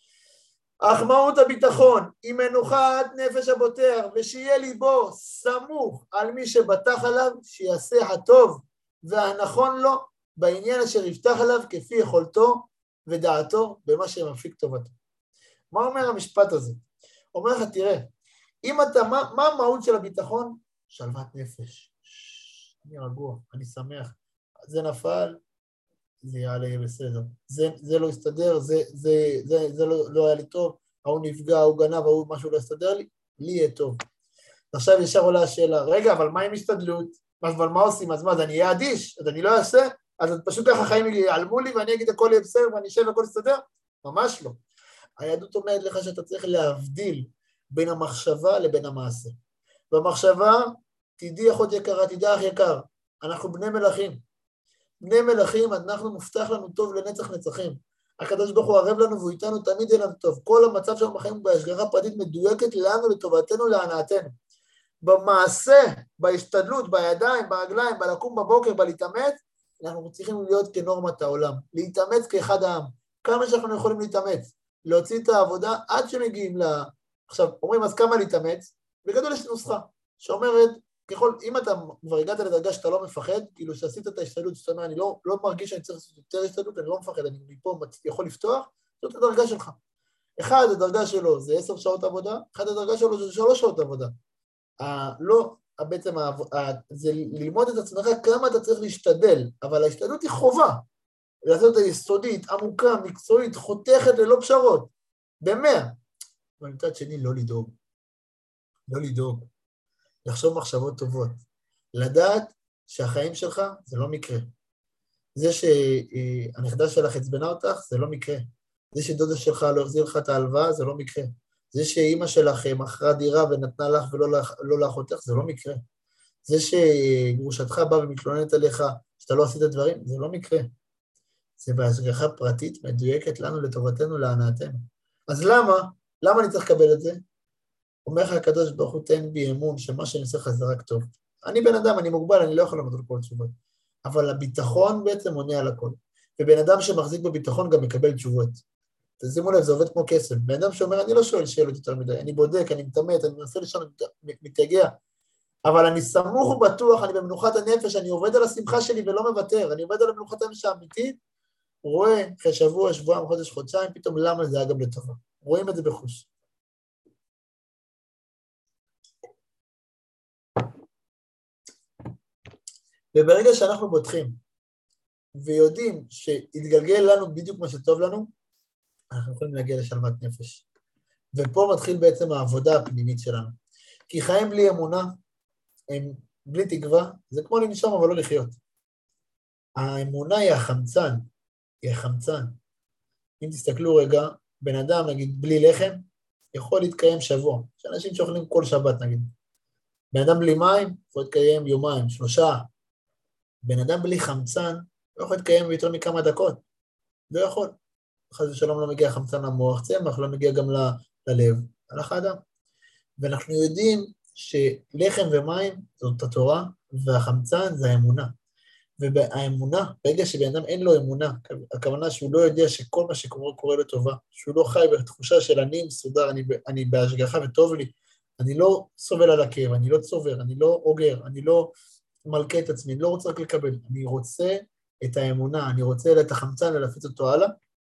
אך מהות הביטחון היא מנוחת נפש הבוטח, ושיהיה ליבו סמוך על מי שבטח עליו, שיעשה הטוב והנכון לו, בעניין אשר יפתח עליו כפי יכולתו ודעתו במה שמפיק טובתו. מה אומר המשפט הזה? אומר לך, תראה, אם אתה, מה המהות של הביטחון? שלוות נפש. אני רגוע, אני שמח. זה נפל, זה יעלה בסדר. זה לא יסתדר, זה לא היה לי טוב, ההוא נפגע, ההוא גנב, ההוא משהו לא יסתדר לי, לי יהיה טוב. עכשיו ישר עולה השאלה, רגע, אבל מה עם הסתדלות? אבל מה עושים? אז מה, אז אני אהיה אדיש? אז אני לא אעשה? אז פשוט ככה חיים יעלמו לי ואני אגיד הכל יהיה בסדר ואני אשב והכל יסתדר? ממש לא. היהדות אומרת לך שאתה צריך להבדיל בין המחשבה לבין המעשה. במחשבה, תדעי אחות יקרה, תדע אח יקר, אנחנו בני מלכים. בני מלכים, אנחנו מובטח לנו טוב לנצח נצחים. הקדוש ברוך הוא ערב לנו והוא איתנו תמיד יהיה לנו טוב. כל המצב שלנו בחיים בהשגחה פרטית מדויקת לנו, לטובתנו, להנאתנו. במעשה, בהשתדלות, בידיים, ברגליים, בלקום בבוקר, בלהתאמץ, אנחנו צריכים להיות כנורמת העולם, להתאמץ כאחד העם. כמה שאנחנו יכולים להתאמץ, להוציא את העבודה עד שמגיעים עכשיו, אומרים, אז כמה להתאמץ? בגדול יש נוסחה, שאומרת, אם אתה כבר הגעת לדרגה שאתה לא מפחד, כאילו שעשית את ההשתדלות, זאת אומרת, אני לא מרגיש שאני צריך לעשות יותר השתדלות, אני לא מפחד, אני מפה יכול לפתוח, זאת הדרגה שלך. אחד, הדרגה שלו זה 10 שעות עבודה, אחד הדרגה שלו זה 3 שעות עבודה. בעצם זה ללמוד את עצמך כמה אתה צריך להשתדל, אבל ההשתדלות היא חובה, לעשות את היסודית, עמוקה, מקצועית, חותכת ללא פשרות, ב100. אבל מצד שני, לא לדאוג, לחשוב מחשבות טובות, לדעת שהחיים שלך זה לא מקרה. זה שהנכדה שלך הצבנה אותך, זה לא מקרה. זה שדודה שלך לא החזיר לך את ההלוואה, זה לא מקרה. זה שאימא שלך מכרה דירה ונתנה לך ולא לאחותך, זה לא מקרה. זה שגרושתך באה ומתלוננת עליך שאתה לא עשית דברים, זה לא מקרה. זה בהשגחה פרטית מדויקת לנו לטובתנו, להנאתנו. אז למה אני צריך לקבל את זה? אומר לך הקדוש ברוך הוא, תן בי אמון שמה שאני עושה לך זה רק טוב. אני בן אדם, אני מוגבל, אני לא יכול לעמוד על כל תשובות. אבל הביטחון בעצם עונה על הכל. ובן אדם שמחזיק בביטחון גם מקבל תשובות. תשימו לב, זה עובד כמו כסף. בן אדם שאומר, אני לא שואל שאלות יותר מדי, אני בודק, אני מתאמת, אני מנסה לשאול, מתייגע, אבל אני סמוך ובטוח, אני במנוחת הנפש, אני עובד על השמחה שלי ולא מוותר, אני עובד על המנוחת הנפש האמיתית, רואה אחרי שבוע, שבועיים, חודש, חודשיים, פתאום למה זה היה גם לטובה. רואים את זה בחוש. וברגע שאנחנו בוטחים ויודעים שהתגלגל לנו בדיוק מה שטוב לנו, אנחנו יכולים להגיע לשלוות נפש. ופה מתחיל בעצם העבודה הפנימית שלנו. כי חיים בלי אמונה, הם בלי תקווה, זה כמו לנשום אבל לא לחיות. האמונה היא החמצן. אם תסתכלו רגע, בן אדם נגיד בלי לחם, יכול להתקיים שבוע. יש אנשים שאוכלים כל שבת נגיד. בן אדם בלי מים, יכול להתקיים יומיים, 3. בן אדם בלי חמצן, לא יכול להתקיים יותר מכמה דקות. לא יכול. חס ושלום לא מגיע חמצן למוח, צמח לא מגיע גם ללב, הלך האדם. ואנחנו יודעים שלחם ומים זאת התורה, והחמצן זה האמונה. והאמונה, ברגע שבן אדם אין לו אמונה, הכוונה שהוא לא יודע שכל מה שקורה קורה לטובה, שהוא לא חי בתחושה של אני מסודר, אני בהשגחה וטוב לי, אני לא סובל על הכאב, אני לא צובר, אני לא אוגר, אני לא מלכה את עצמי, אני לא רוצה רק לקבל, אני רוצה את האמונה, אני רוצה את החמצן ולהפיץ אותו הלאה,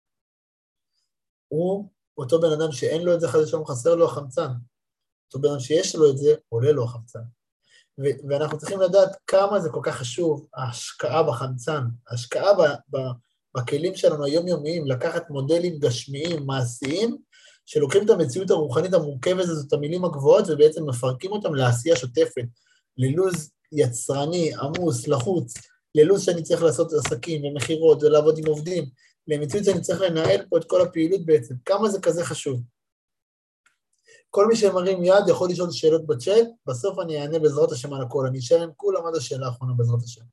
הוא אותו בן אדם שאין לו את זה חד ושלום, חסר לו החמצן, אותו בן אדם שיש לו את זה, עולה לו החמצן. ואנחנו צריכים לדעת כמה זה כל כך חשוב, ההשקעה בחמצן, ההשקעה בכלים שלנו היומיומיים, לקחת מודלים גשמיים, מעשיים, שלוקחים את המציאות הרוחנית המורכבת הזאת, את המילים הגבוהות, ובעצם מפרקים אותם לעשייה שוטפת, ללוז יצרני, עמוס, לחוץ, ללוז שאני צריך לעשות עסקים ומחירות ולעבוד עם עובדים, למציאות שאני צריך לנהל פה את כל הפעילות בעצם, כמה זה כזה חשוב. כל מי שמרים יד יכול לשאול שאלות בצ'אט, בסוף אני אענה בעזרת השם על הכל, אני אשאר עם כולם עד השאלה האחרונה בעזרת השם.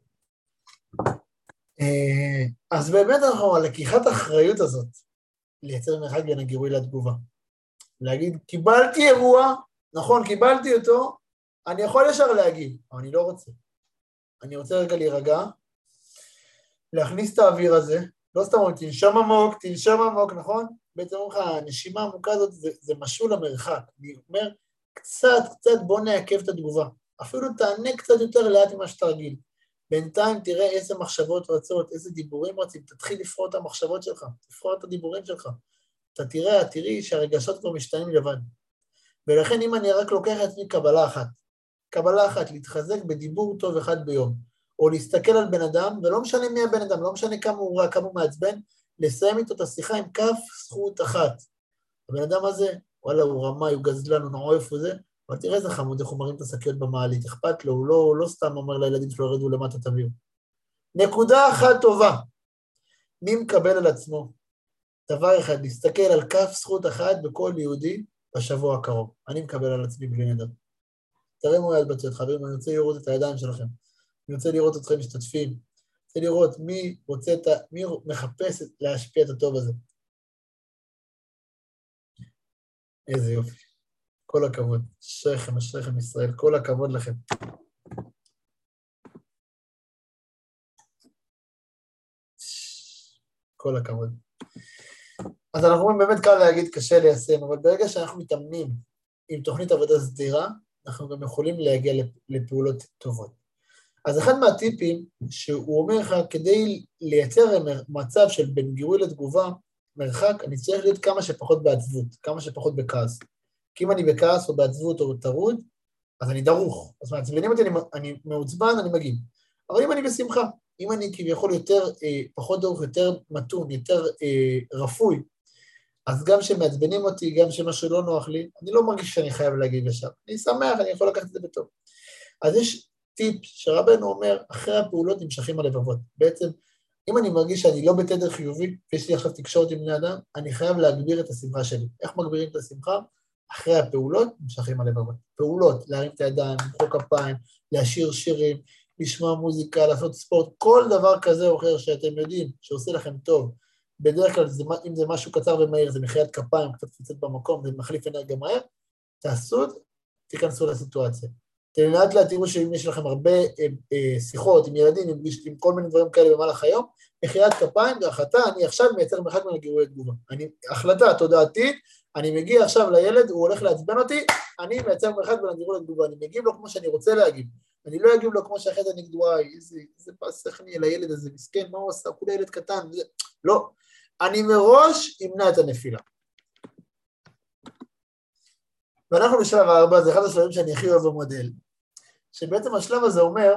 אז באמת אנחנו על לקיחת האחריות הזאת, לייצר מרחק בין הגירוי לתגובה. להגיד, קיבלתי אירוע, נכון, קיבלתי אותו, אני יכול ישר להגיד, אבל אני לא רוצה. אני רוצה רגע להירגע, להכניס את האוויר הזה, לא סתם אומרים, תנשום עמוק, נכון? בעצם אומרים לך, הנשימה העמוקה הזאת זה משול למרחק. אני אומר, קצת בוא נעכב את התגובה. אפילו תענה קצת יותר לאט ממה שאתה רגיל. בינתיים תראה איזה מחשבות רצות, איזה דיבורים רצים, תתחיל לפרוע את המחשבות שלך, תפרוע את הדיבורים שלך. אתה תראי שהרגשות כבר משתנים לבד. ולכן אם אני רק לוקח את עצמי קבלה אחת, להתחזק בדיבור טוב אחד ביום, או להסתכל על בן אדם, ולא משנה מי הבן אדם, לא משנה כמה הוא רע, כמה הוא מעצבן, לסיים איתו את השיחה עם כף זכות אחת. הבן אדם הזה, וואלה, הוא רמאי, הוא גזלן, הוא נורא איפה זה, אבל תראה איזה חמוד, איך הוא מרים את השקיות במעלית, אכפת לו, הוא לא סתם אומר לילדים שלו, ירדו למטה תביאו. נקודה אחת טובה, מי מקבל על עצמו? דבר אחד, להסתכל על כף זכות אחת בכל יהודי בשבוע הקרוב. אני מקבל על עצמי בלי נדר. תרימו יד בצד, חברים, אני רוצה לראות את הידיים שלכם. אני רוצה לראות אתכם משתתפים. אני רוצה לראות מי מחפש להשפיע את הטוב הזה. איזה יופי. כל הכבוד. אשריכם ישראל, כל הכבוד לכם. כל הכבוד. אז אנחנו אומרים, באמת קל להגיד, קשה ליישם, אבל ברגע שאנחנו מתאמנים עם תוכנית עבודה סדירה, אנחנו גם יכולים להגיע לפעולות טובות. אז אחד מהטיפים שהוא אומר לך, כדי לייצר מצב של בין גירוי לתגובה, מרחק, אני צריך להיות כמה שפחות בעצבות, כמה שפחות בכעס. כי אם אני בכעס או בעצבות או טרוד, אז אני דרוך. אז מעצבנים אותי, אני מעוצבן, אני מגיב. אבל אם אני בשמחה, אם אני כביכול יותר, פחות דרוך, יותר מתון, יותר רפוי, אז גם שמעצבנים אותי, גם שמשהו לא נוח לי, אני לא מרגיש שאני חייב להגיב לשם. אני שמח, אני יכול לקחת את זה בטוב. אז יש טיפ שרבנו אומר, אחרי הפעולות נמשכים הלבבות. בעצם, אם אני מרגיש שאני לא בתדר חיובי, ויש לי עכשיו תקשורת עם בני אדם, אני חייב להגביר את השמחה שלי. איך מגבירים את השמחה? אחרי הפעולות נמשכים הלבבות. פעולות, להרים את הידיים, למחוא כפיים, להשיר שירים, לשמוע מוזיקה, לעשות ספורט, כל דבר כזה או אחר שאתם יודעים שעושה לכם טוב. בדרך כלל, אם זה משהו קצר ומהיר, זה מחיית כפיים, קצת קצת במקום, זה מחליף אנרגיה מהר, תעשו, תיכנסו לסיטואציה. אתם לאט לאט תראו שאם יש לכם הרבה שיחות עם ילדים, עם כל מיני דברים כאלה במהלך היום, מחיית כפיים והחלטה, אני עכשיו מייצר מרחק מן הגירוי תגובה. החלטה תודעתית, אני מגיע עכשיו לילד, הוא הולך לעצבן אותי, אני מייצר מרחק בין הגירוי לתגובה, אני מגיב לו כמו שאני רוצה להגיב, אני לא אגיב לו כמו שאחרי זה נגד וואי, איזה פס שכני על הילד הזה, מסכן, מה הוא עשה, כולה ילד קטן, לא, אני מראש אמנע את הנפילה. ואנחנו בשלב 4, זה אחד השלבים שאני הכי אוהב במודל, שבעצם השלב הזה אומר,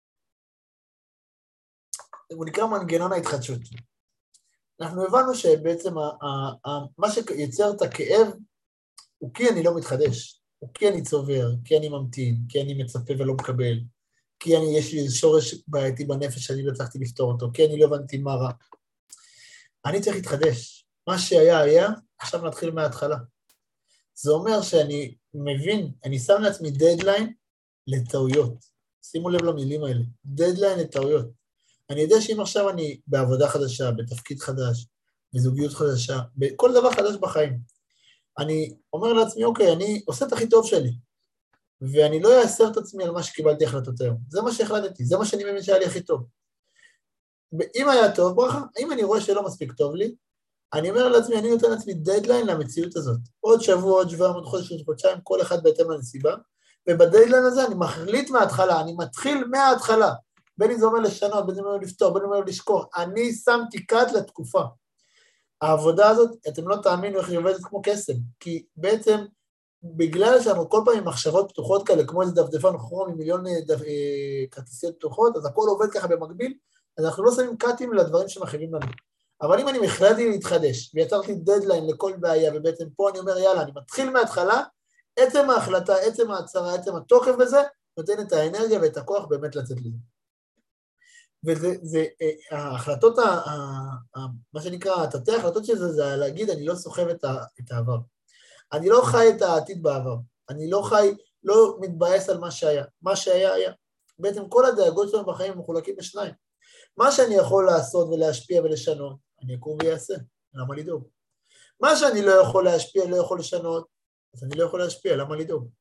הוא נקרא מנגנון ההתחדשות. אנחנו הבנו שבעצם מה שיצר את הכאב, הוא כי אני לא מתחדש, הוא כי אני צובר, כי אני ממתין, כי אני מצפה ולא מקבל, כי יש לי שורש בעייתי בנפש שאני לא הצלחתי לפתור אותו, כי אני לא הבנתי מה רע. אני צריך להתחדש. מה שהיה, עכשיו נתחיל מההתחלה. זה אומר שאני מבין, אני שם לעצמי דדליין לטעויות. שימו לב למילים האלה, דדליין לטעויות. אני יודע שאם עכשיו אני בעבודה חדשה, בתפקיד חדש, בזוגיות חדשה, בכל דבר חדש בחיים, אני אומר לעצמי, אוקיי, אני עושה את הכי טוב שלי. ואני לא אאסר את עצמי על מה שקיבלתי החלטות היום. זה מה שהחלטתי, זה מה שאני מאמין שהיה לי הכי טוב. אם היה טוב, ברכה, אם אני רואה שלא מספיק טוב לי, אני אומר לעצמי, אני נותן לעצמי דדליין למציאות הזאת. עוד שבוע, עוד שבוע, עוד חודש, עוד חודשיים, כל אחד בהתאם לנסיבה, ובדדליין הזה אני מחליט מההתחלה, אני מתחיל מההתחלה, בין אם זה אומר לשנות, בין אם זה אומר לפתור, בין אם זה אומר לשכור, אני שמתי קאט לתקופה. העבודה הזאת, אתם לא תאמינו איך היא עובדת כמו קסם, כי בעצם, בגלל שאנחנו כל פעם עם מחשבות פתוחות כאלה, כמו איזה דפדפן כרום עם מיליון כרטיסיות פתוחות, אז הכל עובד ככה במקביל, אז אנחנו לא שמים קאטים לדברים שמחייבים לנו. אבל אם אני החלטתי להתחדש, ויצרתי דדליין לכל בעיה, ובעצם פה אני אומר, יאללה, אני מתחיל מההתחלה, עצם ההחלטה, עצם ההצהרה, עצם התוקף בזה, נותן את האנרגיה ואת הכוח באמת לצאת לזה. וזה, ההחלטות, מה שנקרא, התתי ההחלטות של זה, זה להגיד, אני לא סוחב את העבר. אני לא חי את העתיד בעבר. אני לא חי, לא מתבאס על מה שהיה. מה שהיה, היה. בעצם כל הדאגות שלנו בחיים מחולקים בשניים. מה שאני יכול לעשות ולהשפיע ולשנות, אני אקום ויעשה. למה לדאוג? מה שאני לא יכול להשפיע, לא יכול לשנות, אז אני לא יכול להשפיע, למה לדאוג?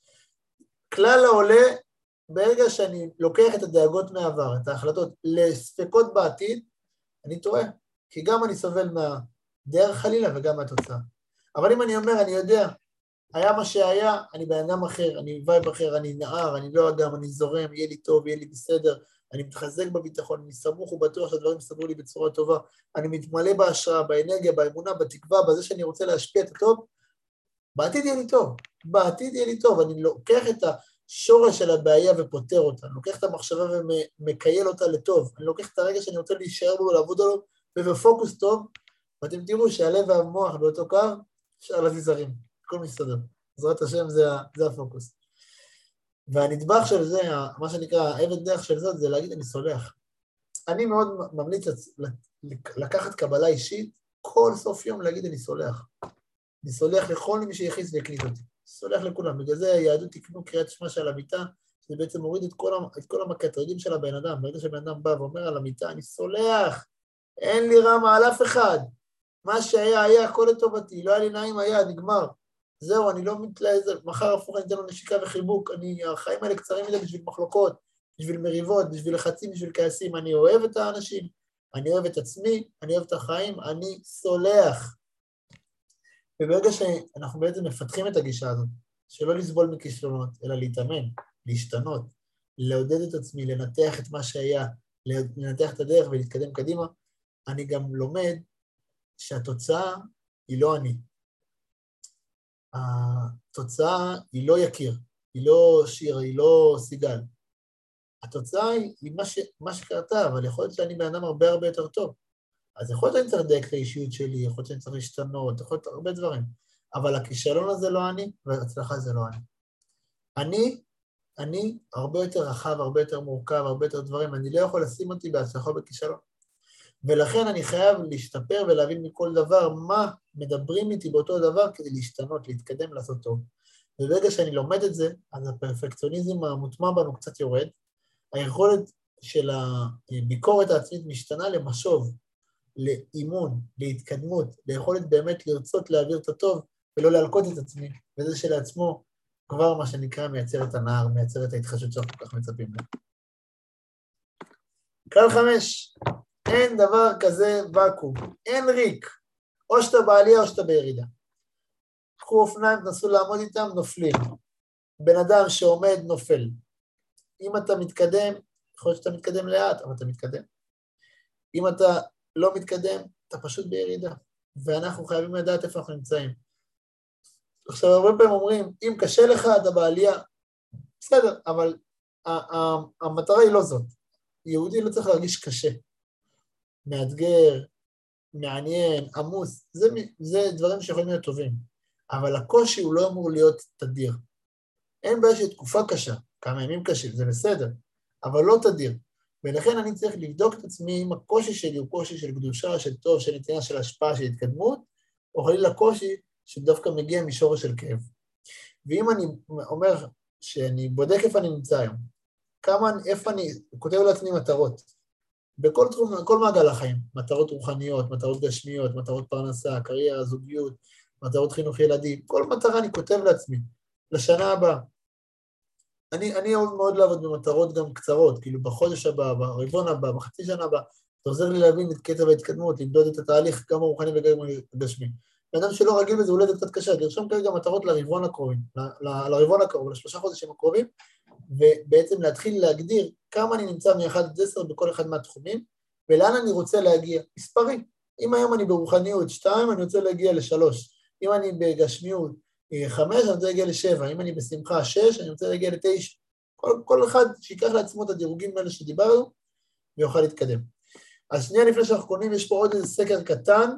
כלל העולה, ברגע שאני לוקח את הדאגות מהעבר, את ההחלטות לספקות בעתיד, אני טועה. כי גם אני סובל מהדרך חלילה וגם מהתוצאה. אבל אם אני אומר, אני יודע, היה מה שהיה, אני בן אדם אחר, אני וייב אחר, אני נער, אני לא אדם, אני זורם, יהיה לי טוב, יהיה לי בסדר, אני מתחזק בביטחון, אני סמוך ובטוח שהדברים יסתדרו לי בצורה טובה, אני מתמלא בהשראה, באנרגיה, באמונה, בתקווה, בזה שאני רוצה להשפיע את הטוב, בעתיד יהיה לי טוב, בעתיד יהיה לי טוב, אני לוקח את השורש של הבעיה ופותר אותה, אני לוקח את המחשבה ומקייל אותה לטוב, אני לוקח את הרגע שאני רוצה להישאר בו ולעבוד עליו, ובפוקוס טוב, ואתם תראו שהלב והמוח באותו קו, אפשר להזיז הרים, הכל מסתדר. בעזרת השם זה הפוקוס. והנדבך של זה, מה שנקרא, האבן דרך של זאת, זה להגיד אני סולח. אני מאוד ממליץ לקחת קבלה אישית, כל סוף יום להגיד אני סולח. אני סולח לכל מי שיחיס והקניט אותי. סולח לכולם. בגלל זה היהדות תקנו קריאת שמע של המיטה, זה בעצם מוריד את כל המקטרגים של הבן אדם. ברגע שבן אדם בא ואומר על המיטה, אני סולח, אין לי רמה על אף אחד. מה שהיה, היה, הכל לטובתי, לא היה לי נעים, היה, נגמר. זהו, אני לא מתלהב, מחר הפוך אני אתן לו נשיקה וחיבוק, החיים האלה קצרים מדי בשביל מחלוקות, בשביל מריבות, בשביל לחצים, בשביל כעסים, אני אוהב את האנשים, אני אוהב את עצמי, אני אוהב את החיים, אני סולח. וברגע שאנחנו בעצם מפתחים את הגישה הזאת, שלא לסבול מכישלונות, אלא להתאמן, להשתנות, לעודד את עצמי, לנתח את מה שהיה, לנתח את הדרך ולהתקדם קדימה, אני גם לומד שהתוצאה היא לא אני. התוצאה היא לא יקיר, היא לא שיר, היא לא סיגל. התוצאה היא מה שקרתה, אבל יכול להיות שאני בן אדם הרבה הרבה יותר טוב. אז יכול להיות שאני צריך לדייק את האישיות שלי, יכול להיות שאני צריך להשתנות, יכול להיות הרבה דברים. אבל הכישלון הזה לא אני, וההצלחה זה לא אני. אני הרבה יותר רחב, הרבה יותר מורכב, הרבה יותר דברים, אני לא יכול לשים אותי בהצלחה בכישלון. ולכן אני חייב להשתפר ולהבין מכל דבר מה מדברים איתי באותו דבר כדי להשתנות, להתקדם, לעשות טוב. וברגע שאני לומד את זה, אז הפרפקציוניזם המוטמע בנו קצת יורד, היכולת של הביקורת העצמית משתנה למשוב, לאימון, להתקדמות, ליכולת באמת לרצות להעביר את הטוב ולא להלקות את עצמי, וזה שלעצמו כבר מה שנקרא מייצר את הנער, מייצר את ההתחדשות שאנחנו כל כך מצפים לה. כלל 5. אין דבר כזה ואקום, אין ריק, או שאתה בעלייה או שאתה בירידה. קחו אופניים, תנסו לעמוד איתם, נופלים. בן אדם שעומד נופל. אם אתה מתקדם, יכול להיות שאתה מתקדם לאט, אבל אתה מתקדם. אם אתה לא מתקדם, אתה פשוט בירידה. ואנחנו חייבים לדעת איפה אנחנו נמצאים. עכשיו, הרבה פעמים אומרים, אם קשה לך, אתה בעלייה. בסדר, אבל המטרה היא לא זאת. יהודי לא צריך להרגיש קשה. מאתגר, מעניין, עמוס, זה דברים שיכולים להיות טובים, אבל הקושי הוא לא אמור להיות תדיר. אין בעיה של תקופה קשה, כמה ימים קשים, זה בסדר, אבל לא תדיר. ולכן אני צריך לבדוק את עצמי אם הקושי שלי הוא קושי של קדושה, של טוב, של נתינה, של השפעה, של התקדמות, או חלילה קושי שדווקא מגיע משורש של כאב. ואם אני אומר שאני בודק איפה אני נמצא היום, איפה אני כותב לעצמי מטרות, בכל תחום, בכל מעגל החיים, מטרות רוחניות, מטרות גשמיות, מטרות פרנסה, קריירה, זוגיות, מטרות חינוך ילדים, כל מטרה אני כותב לעצמי, לשנה הבאה. אני אוהב מאוד לעבוד במטרות גם קצרות, כאילו בחודש הבא, ברבעון הבא, בחצי שנה הבא, זה עוזר לי להבין את קצב ההתקדמות, למדוד את התהליך, גם הרוחני וגם הגשמי. בן אדם שלא רגיל בזה, אולי זה קצת קשה, לרשום כרגע מטרות לרבעון הקרובים, לרבעון הקרוב, לשלושה חודשים הקרובים, ובעצם להתחיל להגדיר כמה אני נמצא מ-1 עד 10 בכל אחד מהתחומים, ולאן אני רוצה להגיע, מספרי. אם היום אני ברוחניות 2, אני רוצה להגיע ל3. אם אני בגשמיות 5, אני רוצה להגיע ל7. אם אני בשמחה 6, אני רוצה להגיע ל9. כל אחד שיקח לעצמו את הדירוגים האלה שדיברנו, ויוכל להתקדם. אז שנייה לפני שאנחנו קונים, יש פה עוד איזה סקר קטן,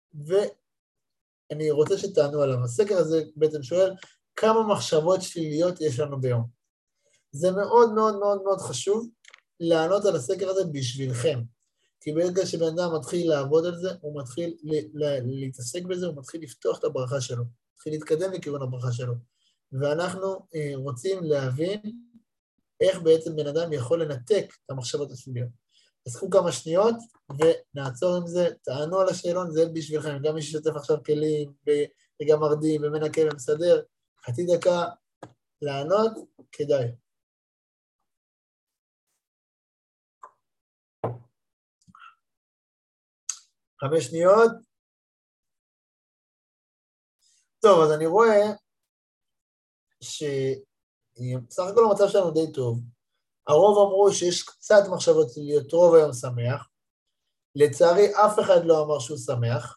ואני רוצה שתענו עליו. הסקר הזה בעצם שואל, כמה מחשבות שליליות יש לנו ביום. זה מאוד מאוד מאוד מאוד חשוב לענות על הסקר הזה בשבילכם. כי ברגע שבן אדם מתחיל לעבוד על זה, הוא מתחיל להתעסק בזה, הוא מתחיל לפתוח את הברכה שלו, מתחיל להתקדם לכיוון הברכה שלו. ואנחנו רוצים להבין איך בעצם בן אדם יכול לנתק את המחשבות השליליות. אז קחו כמה שניות ונעצור עם זה, תענו על השאלון, זה בשבילכם. גם מי ששתף עכשיו כלים וגם מרדים ומנקה ומסדר, חצי דקה לענות, כדאי. חמש שניות. טוב, אז אני רואה שסך הכל המצב שלנו די טוב. הרוב אמרו שיש קצת מחשבות שליליות, רוב היום שמח. לצערי, אף אחד לא אמר שהוא שמח.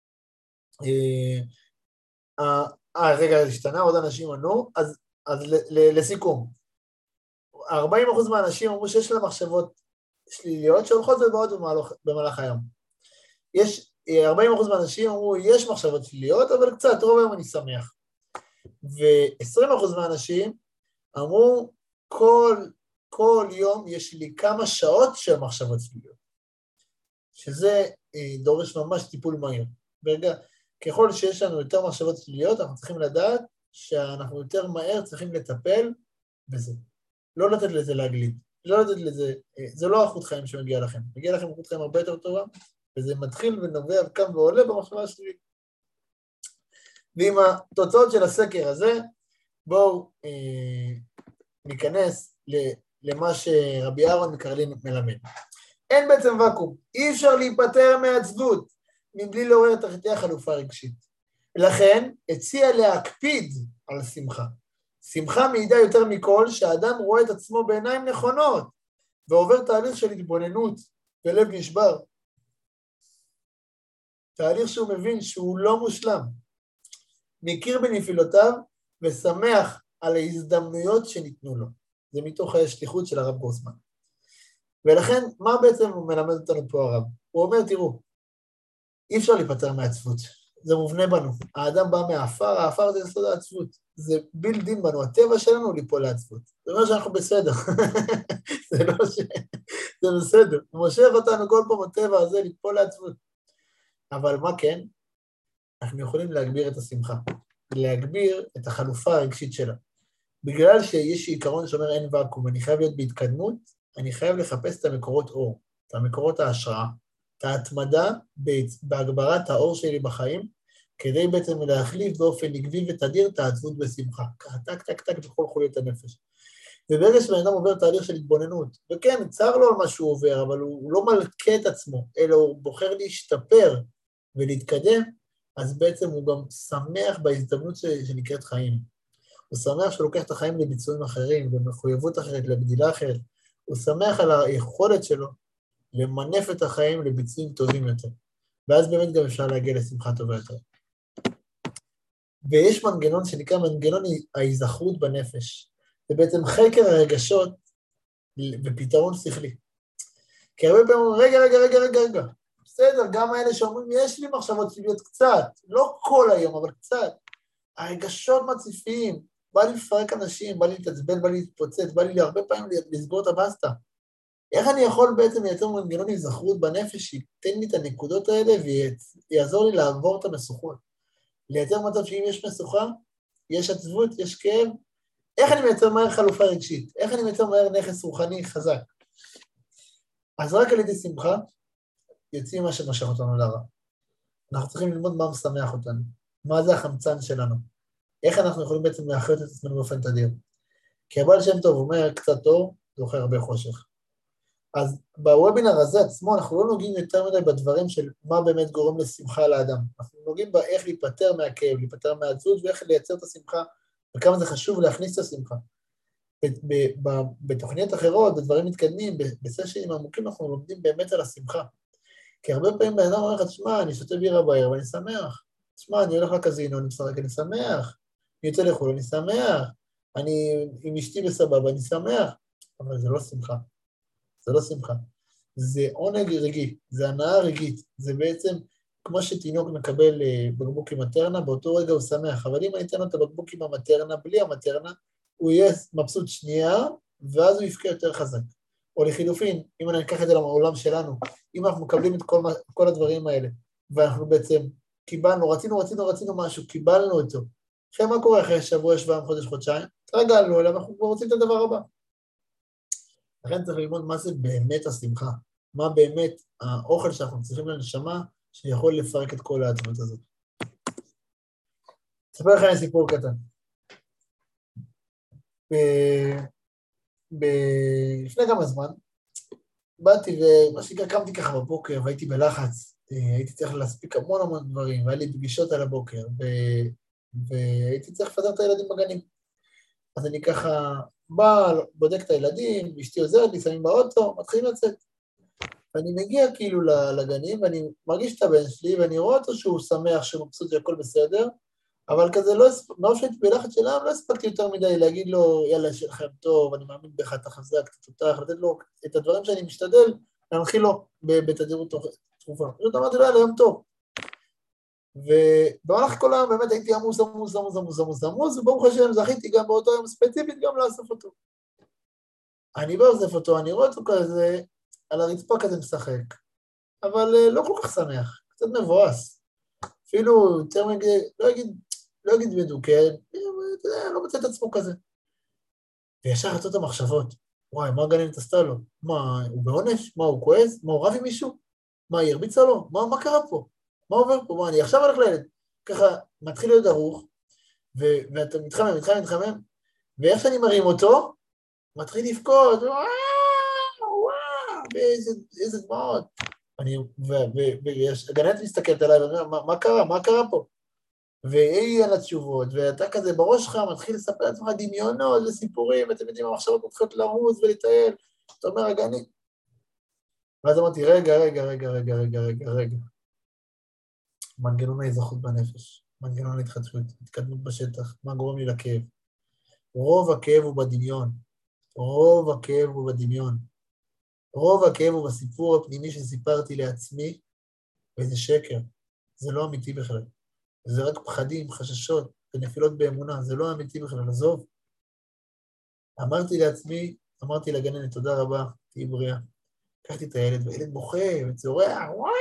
רגע, השתנה, עוד אנשים ענו, אז לסיכום. 40% מהאנשים אמרו שיש להם מחשבות שליליות, שהולכות ובאות במהלך היום. יש 40% מהאנשים אמרו, יש מחשבות שליליות, אבל קצת, רוב היום אני שמח. ו20% מהאנשים אמרו, כל יום יש לי כמה שעות של מחשבות שליליות. שזה דורש ממש טיפול מהיר. ברגע, ככל שיש לנו יותר מחשבות שליליות, אנחנו צריכים לדעת שאנחנו יותר מהר צריכים לטפל בזה. לא לתת לזה להגליד. לא לתת לזה, זה לא איכות חיים שמגיע לכם. מגיע לכם איכות חיים הרבה יותר טובה, וזה מתחיל ונובע וקם ועולה במחשבה השלילית. ועם התוצאות של הסקר הזה, בואו ניכנס למה שרבי אהרון מקרלין מלמד. אין בעצם וקום, אי אפשר להיפטר מעצבות, מבלי לעורר תחתיה חלופה רגשית. לכן, הציע להקפיד על שמחה. שמחה מעידה יותר מכל שהאדם רואה את עצמו בעיניים נכונות, ועובר תהליך של התבוננות ולב נשבר. תהליך שהוא מבין שהוא לא מושלם. מכיר בנפילותיו ושמח על ההזדמנויות שניתנו לו. זה מתוך השליחות של הרב גרוסמן. ולכן, מה בעצם הוא מלמד אותנו פה הרב? הוא אומר, תראו, אי אפשר להיפטר מעצבות. זה מובנה בנו. האדם בא מהאפר, האפר זה יסוד העצבות. זה בילדין בנו, הטבע שלנו הוא ליפול לעצבות. זה אומר שאנחנו בסדר. זה לא ש... זה בסדר. הוא מושך אותנו כל פעם הטבע הזה ליפול לעצבות. אבל מה כן? אנחנו יכולים להגביר את השמחה. להגביר את החלופה הרגשית שלה. בגלל שיש עיקרון שאומר אין וקום, אני חייב להיות בהתקדמות, אני חייב לחפש את המקורות אור, את המקורות ההשראה, את ההתמדה בהגברת האור שלי בחיים, כדי בעצם להחליף באופן עקבי ותדיר את העצבות בשמחה, ככה טק טק טק בכל חוליות הנפש. וברגע שבן אדם עובר תהליך של התבוננות, וכן, צר לו על מה שהוא עובר, אבל הוא לא מלכה את עצמו, אלא הוא בוחר להשתפר ולהתקדם, אז בעצם הוא גם שמח בהזדמנות שנקראת חיים. הוא שמח שהוא לוקח את החיים לביצועים אחרים, במחויבות אחרת, לגדילה אחרת. הוא שמח על היכולת שלו למנף את החיים לביצועים טובים יותר. ואז באמת גם אפשר להגיע לשמחה טובה יותר. ויש מנגנון שנקרא מנגנון ההיזכרות בנפש. זה בעצם חקר הרגשות ופתרון שכלי. כי הרבה פעמים אומרים, רגע. בסדר, גם האלה שאומרים, יש לי מחשבות שליליות קצת, לא כל היום, אבל קצת. הרגשות מציפים, בא לי לפרק אנשים, בא לי להתעצבן, בא לי להתפוצץ, בא לי הרבה פעמים לסגור את הבסטה. איך אני יכול בעצם לייצר מנגנון היזכרות בנפש שייתן לי את הנקודות האלה ויעזור לי לעבור את המשוכות? לייצר מצב שאם יש משוכה, יש עצבות, יש כאב, איך אני מייצר מהר חלופה רגשית? איך אני מייצר מהר נכס רוחני חזק? אז רק על ידי שמחה, יוצאים מה שמשך אותנו לרע. אנחנו צריכים ללמוד מה משמח אותנו, מה זה החמצן שלנו, איך אנחנו יכולים בעצם להחיות את עצמנו באופן תדיר. כי הבעל שם טוב אומר קצת אור, זוכר הרבה חושך. אז בוובינר הזה עצמו אנחנו לא נוגעים יותר מדי בדברים של מה באמת גורם לשמחה לאדם. אנחנו נוגעים באיך להיפטר מהכאב, להיפטר מהעצבות, ואיך לייצר את השמחה, וכמה זה חשוב להכניס את השמחה. בתוכניות אחרות, בדברים מתקדמים, בסשנים עמוקים, אנחנו לומדים באמת על השמחה. כי הרבה פעמים באדם אומר לך, תשמע, אני שותה בירה בערב, ואני שמח. תשמע, אני הולך לקזינו, אני משחק, אני שמח. אני יוצא לחו"ל, אני שמח. אני עם אשתי בסבבה, אני שמח. אבל זה לא שמחה. זה לא שמחה. זה עונג רגעי, זה הנאה רגעית. זה בעצם כמו שתינוק מקבל בקבוק עם מטרנה, באותו רגע הוא שמח. אבל אם אני אתן לו את הבקבוק עם המטרנה, בלי המטרנה, הוא יהיה מבסוט שנייה, ואז הוא יפקע יותר חזק. או לחילופין, אם אני אקח את זה לעולם שלנו, אם אנחנו מקבלים את כל הדברים האלה, ואנחנו בעצם קיבלנו, רצינו משהו, קיבלנו אותו. אחרי מה קורה אחרי שבוע, שבועיים, חודש, חודשיים? התרגלנו, אלא אנחנו כבר רוצים את הדבר הבא. לכן צריך ללמוד מה זה באמת השמחה, מה באמת האוכל שאנחנו צריכים לנשמה, שיכול לפרק את כל העצמות הזאת. אספר לכם סיפור קטן. לפני כמה זמן, באתי ומה שנקרא, קמתי ככה בבוקר, והייתי בלחץ, הייתי צריך להספיק המון דברים, והיה לי פגישות על הבוקר, והייתי צריך לפזר את הילדים בגנים. אז אני ככה בא, בודק את הילדים, אשתי עוזרת לי, שמים באוטו, מתחילים לצאת. ואני מגיע כאילו לגנים, ואני מרגיש את הבן שלי, ואני רואה אותו שהוא שמח, שהוא מבסוט והכל בסדר, אבל כזה לא, מרוב שהייתי בלחץ שלהם, לא הספקתי יותר מדי להגיד לו, יאללה, שיהיה לכם טוב, אני מאמין בך, אתה חזק, אתה תותח, לתת לו את הדברים שאני משתדל, להנחיל לו בתדירות תקופה. פשוט אמרתי לו, יאללה, יום טוב. ובמהלך כל היום באמת הייתי עמוס, וברוך השם זכיתי גם באותו יום ספציפית גם לאסוף אותו. אני בא אוסף אותו, אני רואה אותו כזה, על הרצפה כזה משחק, אבל לא כל כך שמח, קצת מבואס. אפילו יותר לא אגיד מדוכא, לא מצא את עצמו כזה. וישר יצאו את המחשבות, וואי, מה הגננת עשתה לו? מה, הוא בעונש? מה, הוא כועס? מה, הוא רב עם מישהו? מה, היא הרביצה לו? מה קרה פה? מה עובר פה? מה, אני עכשיו הולך לילד? ככה, מתחיל להיות ערוך, ואתה מתחמם, ואיך שאני מרים אותו, מתחיל לבכות, וואו, איזה דמעות. והגננת מסתכלת עליי, ואומר, מה קרה פה? והיא על התשובות, ואתה כזה בראש שלך מתחיל לספר לעצמך דמיונות וסיפורים, ואתם יודעים, המחשבות מתחילות לרוץ ולטייל, אתה אומר, הגני. ואז אמרתי, רגע. מנגנון ההיזכרות בנפש, מנגנון ההתחדשות, התקדמות בשטח, מה גורם לי לכאב? רוב הכאב הוא בדמיון, רוב הכאב הוא בסיפור הפנימי שסיפרתי לעצמי, וזה שקר, זה לא אמיתי בכלל. זה רק פחדים, חששות, ונפילות באמונה, זה לא אמיתי בכלל, עזוב. אמרתי לגננת, תודה רבה, תהי בריאה. לקחתי את הילד, והילד בוכה וצורח,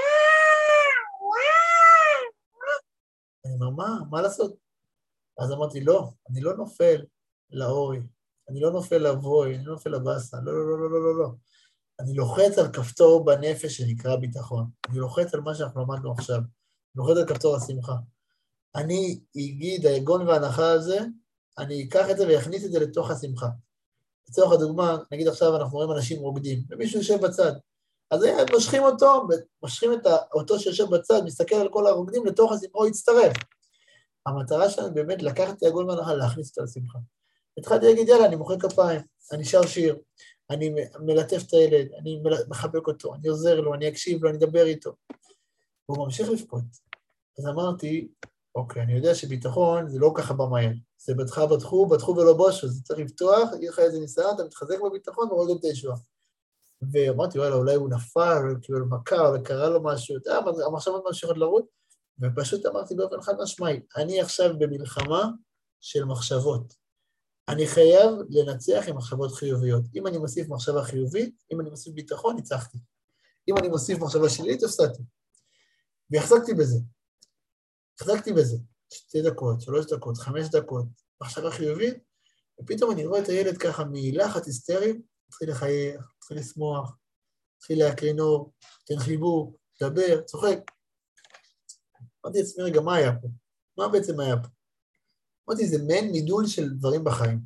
אני אומר, מה לעשות? אז אמרתי, לא, אני לא נופל לאורי, אני לא נופל לבוי, אני לא נופל לבאסה, לא. אני לוחץ על כפתור בנפש שנקרא ביטחון. אני לוחץ על מה שאנחנו למדנו עכשיו. אני לוחץ על כפתור השמחה. אני אגיד, היגון וההנחה הזה, אני אקח את זה ויכניס את זה לתוך השמחה. לצורך הדוגמה, נגיד עכשיו אנחנו רואים אנשים רוקדים, ומישהו יושב בצד. אז משכים אותו שיושב בצד, מסתכל על כל הרוקדים לתוך השמחה, הוא יצטרף. המטרה שלנו באמת לקחת את היגון וההנחה, להכניס את השמחה. התחלתי להגיד, יאללה, אני מוחא כפיים, אני שר שיר, אני מלטף את הילד, אני מחבק אותו, אני עוזר לו, אני אקשיב לו, אני אדבר איתו. והוא ממשיך לבכות. אז אמרתי, אוקיי, אני יודע שביטחון זה לא ככה במהר. זה בטחו ולא בושו, זה צריך לפתוח, יהיה לך איזה ניסיון, אתה מתחזק בביטחון ורואה גם את הישועה. ואמרתי, וואלה, אולי הוא נפל, או כאילו מכה, או קרה לו משהו, אתה יודע, המחשבות ממשיכות לרוץ, ופשוט אמרתי באופן חד משמעי, אני עכשיו במלחמה של מחשבות. אני חייב לנצח עם מחשבות חיוביות. אם אני מוסיף מחשבה חיובית, אם אני מוסיף ביטחון, ניצחתי. אם אני מוסיף מחשבה שלילית, הפסדתי. והחזקתי בזה. 2 דקות, 3 דקות, 5 דקות, מחשבה חיובית, ופתאום אני רואה את הילד ככה מלחץ היסטרי, מתחיל לחייך, מתחיל לשמוח, מתחיל להקרין אור, תן חיבור, דבר, צוחק. אמרתי לעצמי רגע, מה היה פה? מה בעצם היה פה? אמרתי, זה מעין מידול של דברים בחיים.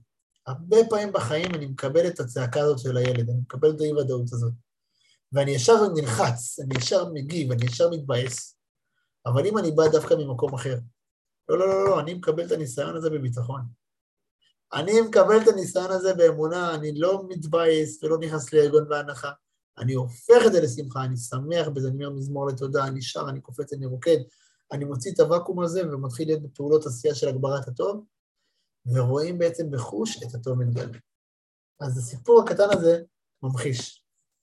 הרבה פעמים בחיים אני מקבל את הצעקה הזאת של הילד, אני מקבל את האי-ודאות הזאת, ואני ישר נלחץ, אני ישר מגיב, אני ישר מתבאס, אבל אם אני בא דווקא ממקום אחר, לא, לא, לא, לא, אני מקבל את הניסיון הזה בביטחון. אני מקבל את הניסיון הזה באמונה, אני לא מתבאס ולא נכנס ליגון והנחה, אני הופך את זה לשמחה, אני שמח בזה, אני אומר מזמור לתודה, אני שר, אני קופץ, אני רוקד, אני מוציא את הוואקום הזה ומתחיל להיות בפעולות עשייה של הגברת הטוב, ורואים בעצם בחוש את הטוב מתגלה. אז הסיפור הקטן הזה ממחיש.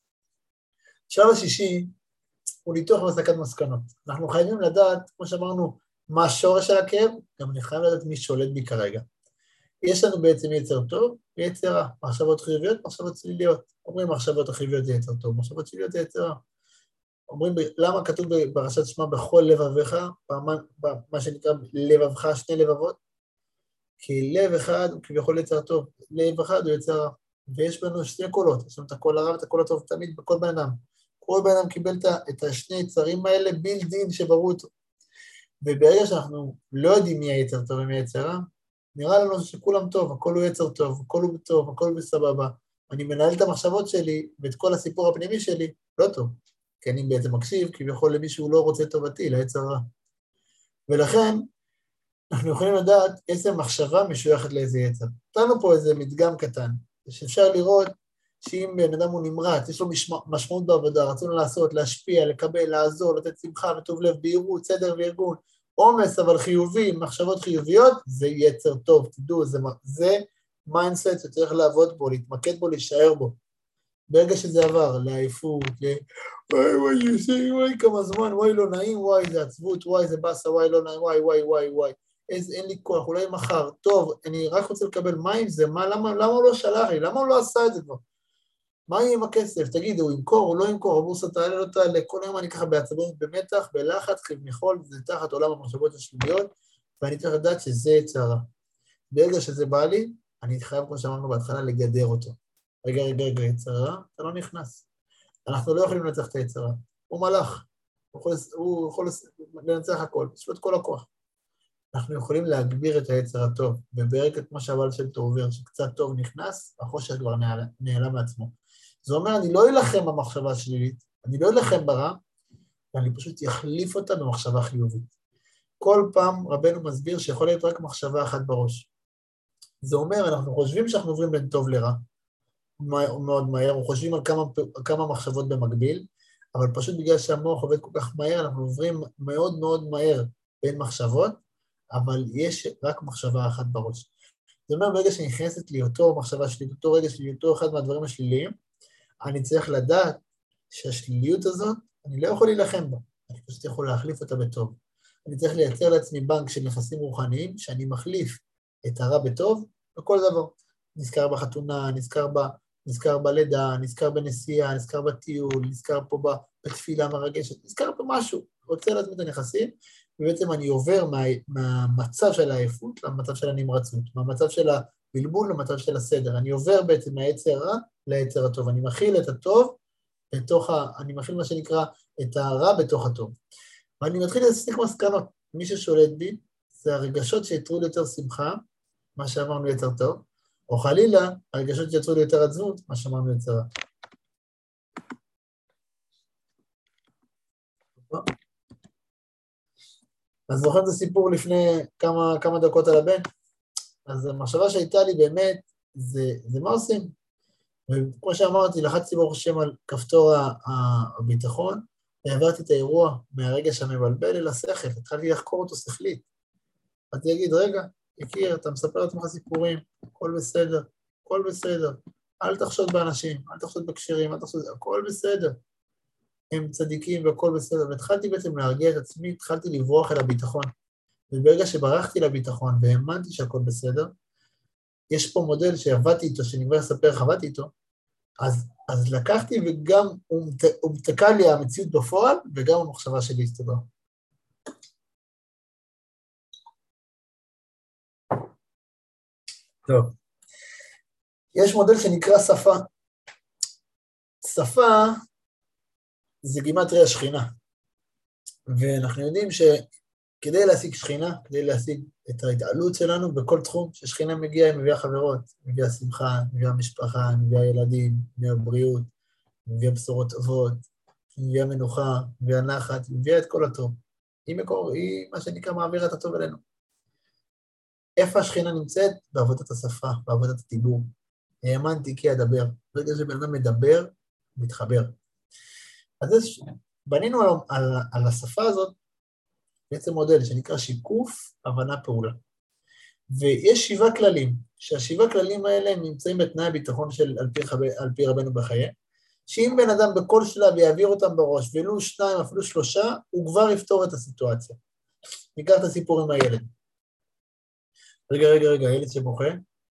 השלב השישי הוא ניתוח והסקת מסקנות. אנחנו חייבים לדעת, כמו שאמרנו, מה השורש של הכאב, גם אני חייב לדעת מי שולט בי כרגע. יש לנו בעצם יצר טוב ויצר רע, מחשבות חיוביות, מחשבות שליליות. אומרים מחשבות החיוביות זה יצר טוב, מחשבות שליליות זה יצר רע. אומרים למה כתוב בפרשת שמע בכל לבביך, מה שנקרא לבבך, שני לבבות? כי לב אחד הוא כביכול יצר טוב, לב אחד הוא יצר רע. ויש לנו שני קולות, יש לנו את הקול הרע ואת הקול הטוב תמיד בכל בן אדם. כל בן אדם קיבל את השני יצרים האלה בילדין שברו אותו. וברגע שאנחנו לא יודעים מי היצר טוב ומי היצר רע, נראה לנו שכולם טוב, הכל הוא יצר טוב, הכל הוא טוב, הכל הוא בסבבה. אני מנהל את המחשבות שלי ואת כל הסיפור הפנימי שלי, לא טוב. כי אני בעצם מקשיב, כביכול למישהו לא רוצה טובתי, ליצר רע. ולכן, אנחנו יכולים לדעת איזה מחשבה משויכת לאיזה יצר. נתנו פה איזה מדגם קטן, שאפשר לראות שאם בן אדם הוא נמרץ, יש לו משמעות בעבודה, רצון לעשות, להשפיע, לקבל, לעזור, לתת שמחה וטוב לב, בהירות, סדר וארגון, עומס אבל חיובי, מחשבות חיוביות, זה יצר טוב, תדעו, זה מיינדסט שצריך לעבוד בו, להתמקד בו, להישאר בו. ברגע שזה עבר, לעייפות, וואי, כמה זמן, וואי, לא נעים, וואי, זה עצבות, וואי, זה בסה, וואי, לא נעים, וואי, אין לי כוח, אולי מחר, טוב, אני רק רוצה לקבל מים, זה מה, למה הוא לא שלח לי, למה הוא לא עשה את זה כבר? מה יהיה עם הכסף? תגיד, הוא ימכור, הוא לא ימכור, הבורסה תעלה, לא תעלה, כל היום אני ככה בעצבנות, במתח, בלחץ, כביכול, זה תחת עולם המחשבות השליליות, ואני צריך לדעת שזה יצר רע. ברגע שזה בא לי, אני חייב, כמו שאמרנו בהתחלה, לגדר אותו. רגע, יצר רע, אתה לא נכנס. אנחנו לא יכולים לנצח את היצר רע. הוא מלאך, הוא יכול לנצח הכל, יש לו את כל הכוח. אנחנו יכולים להגביר את היצר הטוב, וברגע כמו שהבעל של תעובר, שקצת טוב נכנס, החושך כבר נעלם מעצמו. זה אומר, אני לא אלחם במחשבה השלילית, אני לא אלחם ברע, ואני פשוט אחליף אותה במחשבה חיובית. כל פעם רבנו מסביר שיכול להיות רק מחשבה אחת בראש. זה אומר, אנחנו חושבים שאנחנו עוברים בין טוב לרע, מאוד מהר, אנחנו חושבים על כמה מחשבות במקביל, אבל פשוט בגלל שהמוח עובד כל כך מהר, אנחנו עוברים מאוד מאוד מהר בין מחשבות, אבל יש רק מחשבה אחת בראש. זאת אומרת, ברגע שנכנסת לי אותו מחשבה שלי, אותו רגע שלי, אותו אחד מהדברים השליליים, אני צריך לדעת שהשליליות הזאת, אני לא יכול להילחם בה, אני פשוט יכול להחליף אותה בטוב. אני צריך לייצר לעצמי בנק של נכסים רוחניים, שאני מחליף את הרע בטוב, בכל דבר. נזכר בחתונה, נזכר בלידה, נזכר בנסיעה, נזכר בטיול, נזכר פה בתפילה מרגשת, נזכר פה משהו, רוצה לעצמי את הנכסים, ובעצם אני עובר מהמצב של העייפות למצב של הנמרצות, מהמצב של הבלבול למצב של הסדר. אני עובר בעצם מהיצר רע ליצר הטוב. אני מכיל את הטוב אני מכיל מה שנקרא את הרע בתוך הטוב. ואני מתחיל להסיק מסקנות. מי ששולט בי זה הרגשות שיתרו לי יותר שמחה, מה שאמרנו יצר טוב, או חלילה, הרגשות שיתרו לי יותר עצבות, מה שאמרנו יצר רע. אז זוכרים את הסיפור לפני כמה דקות על הבן? אז המחשבה שהייתה לי באמת, זה מה עושים? וכמו שאמרתי, לחצתי ברוך השם על כפתור הביטחון, והעברתי את האירוע מהרגע שהמבלבל אל השכל, התחלתי לחקור אותו שכלית. אז יגיד, רגע, יקיר, אתה מספר לעצמך סיפורים, הכל בסדר, הכל בסדר, אל תחשוד באנשים, אל תחשוד בקשרים, הכל בסדר. הם צדיקים והכל בסדר, והתחלתי בעצם להרגיע את עצמי, התחלתי לברוח אל הביטחון, וברגע שברחתי לביטחון והאמנתי שהכל בסדר, יש פה מודל שעבדתי איתו, שאני כבר אספר איך עבדתי איתו, אז לקחתי וגם הוא מתקע לי המציאות בפועל, וגם המחשבה שלי הסתדרה. טוב, יש מודל שנקרא שפה. שפה זה גימטריה השכינה, ואנחנו יודעים כדי להשיג שכינה, כדי להשיג את ההתעלות שלנו בכל תחום, ששכינה מגיעה, היא מביאה חברות, מביאה שמחה, מביאה משפחה, מביאה ילדים, מביאה בריאות, מביאה בשורות טובות, מביאה מנוחה, מביאה נחת, מביאה את כל הטוב. היא מה שנקרא מעבירה את הטוב אלינו. איפה השכינה נמצאת? בעבודת השפה, בעבודת הדיבור. האמנתי כי אדבר. ברגע שבן אדם מדבר, מתחבר. אז בנינו על השפה הזאת בעצם מודל שנקרא שיקוף, הבנה, פעולה. ויש 7 כללים, שהשבעה כללים האלה הם נמצאים בתנאי הביטחון על פי רבנו בחיי, שאם בן אדם בכל שלב יעביר אותם בראש, ולו 2, אפילו 3, הוא כבר יפתור את הסיטואציה. ניקח את הסיפור עם הילד. רגע, ילד שבוכה,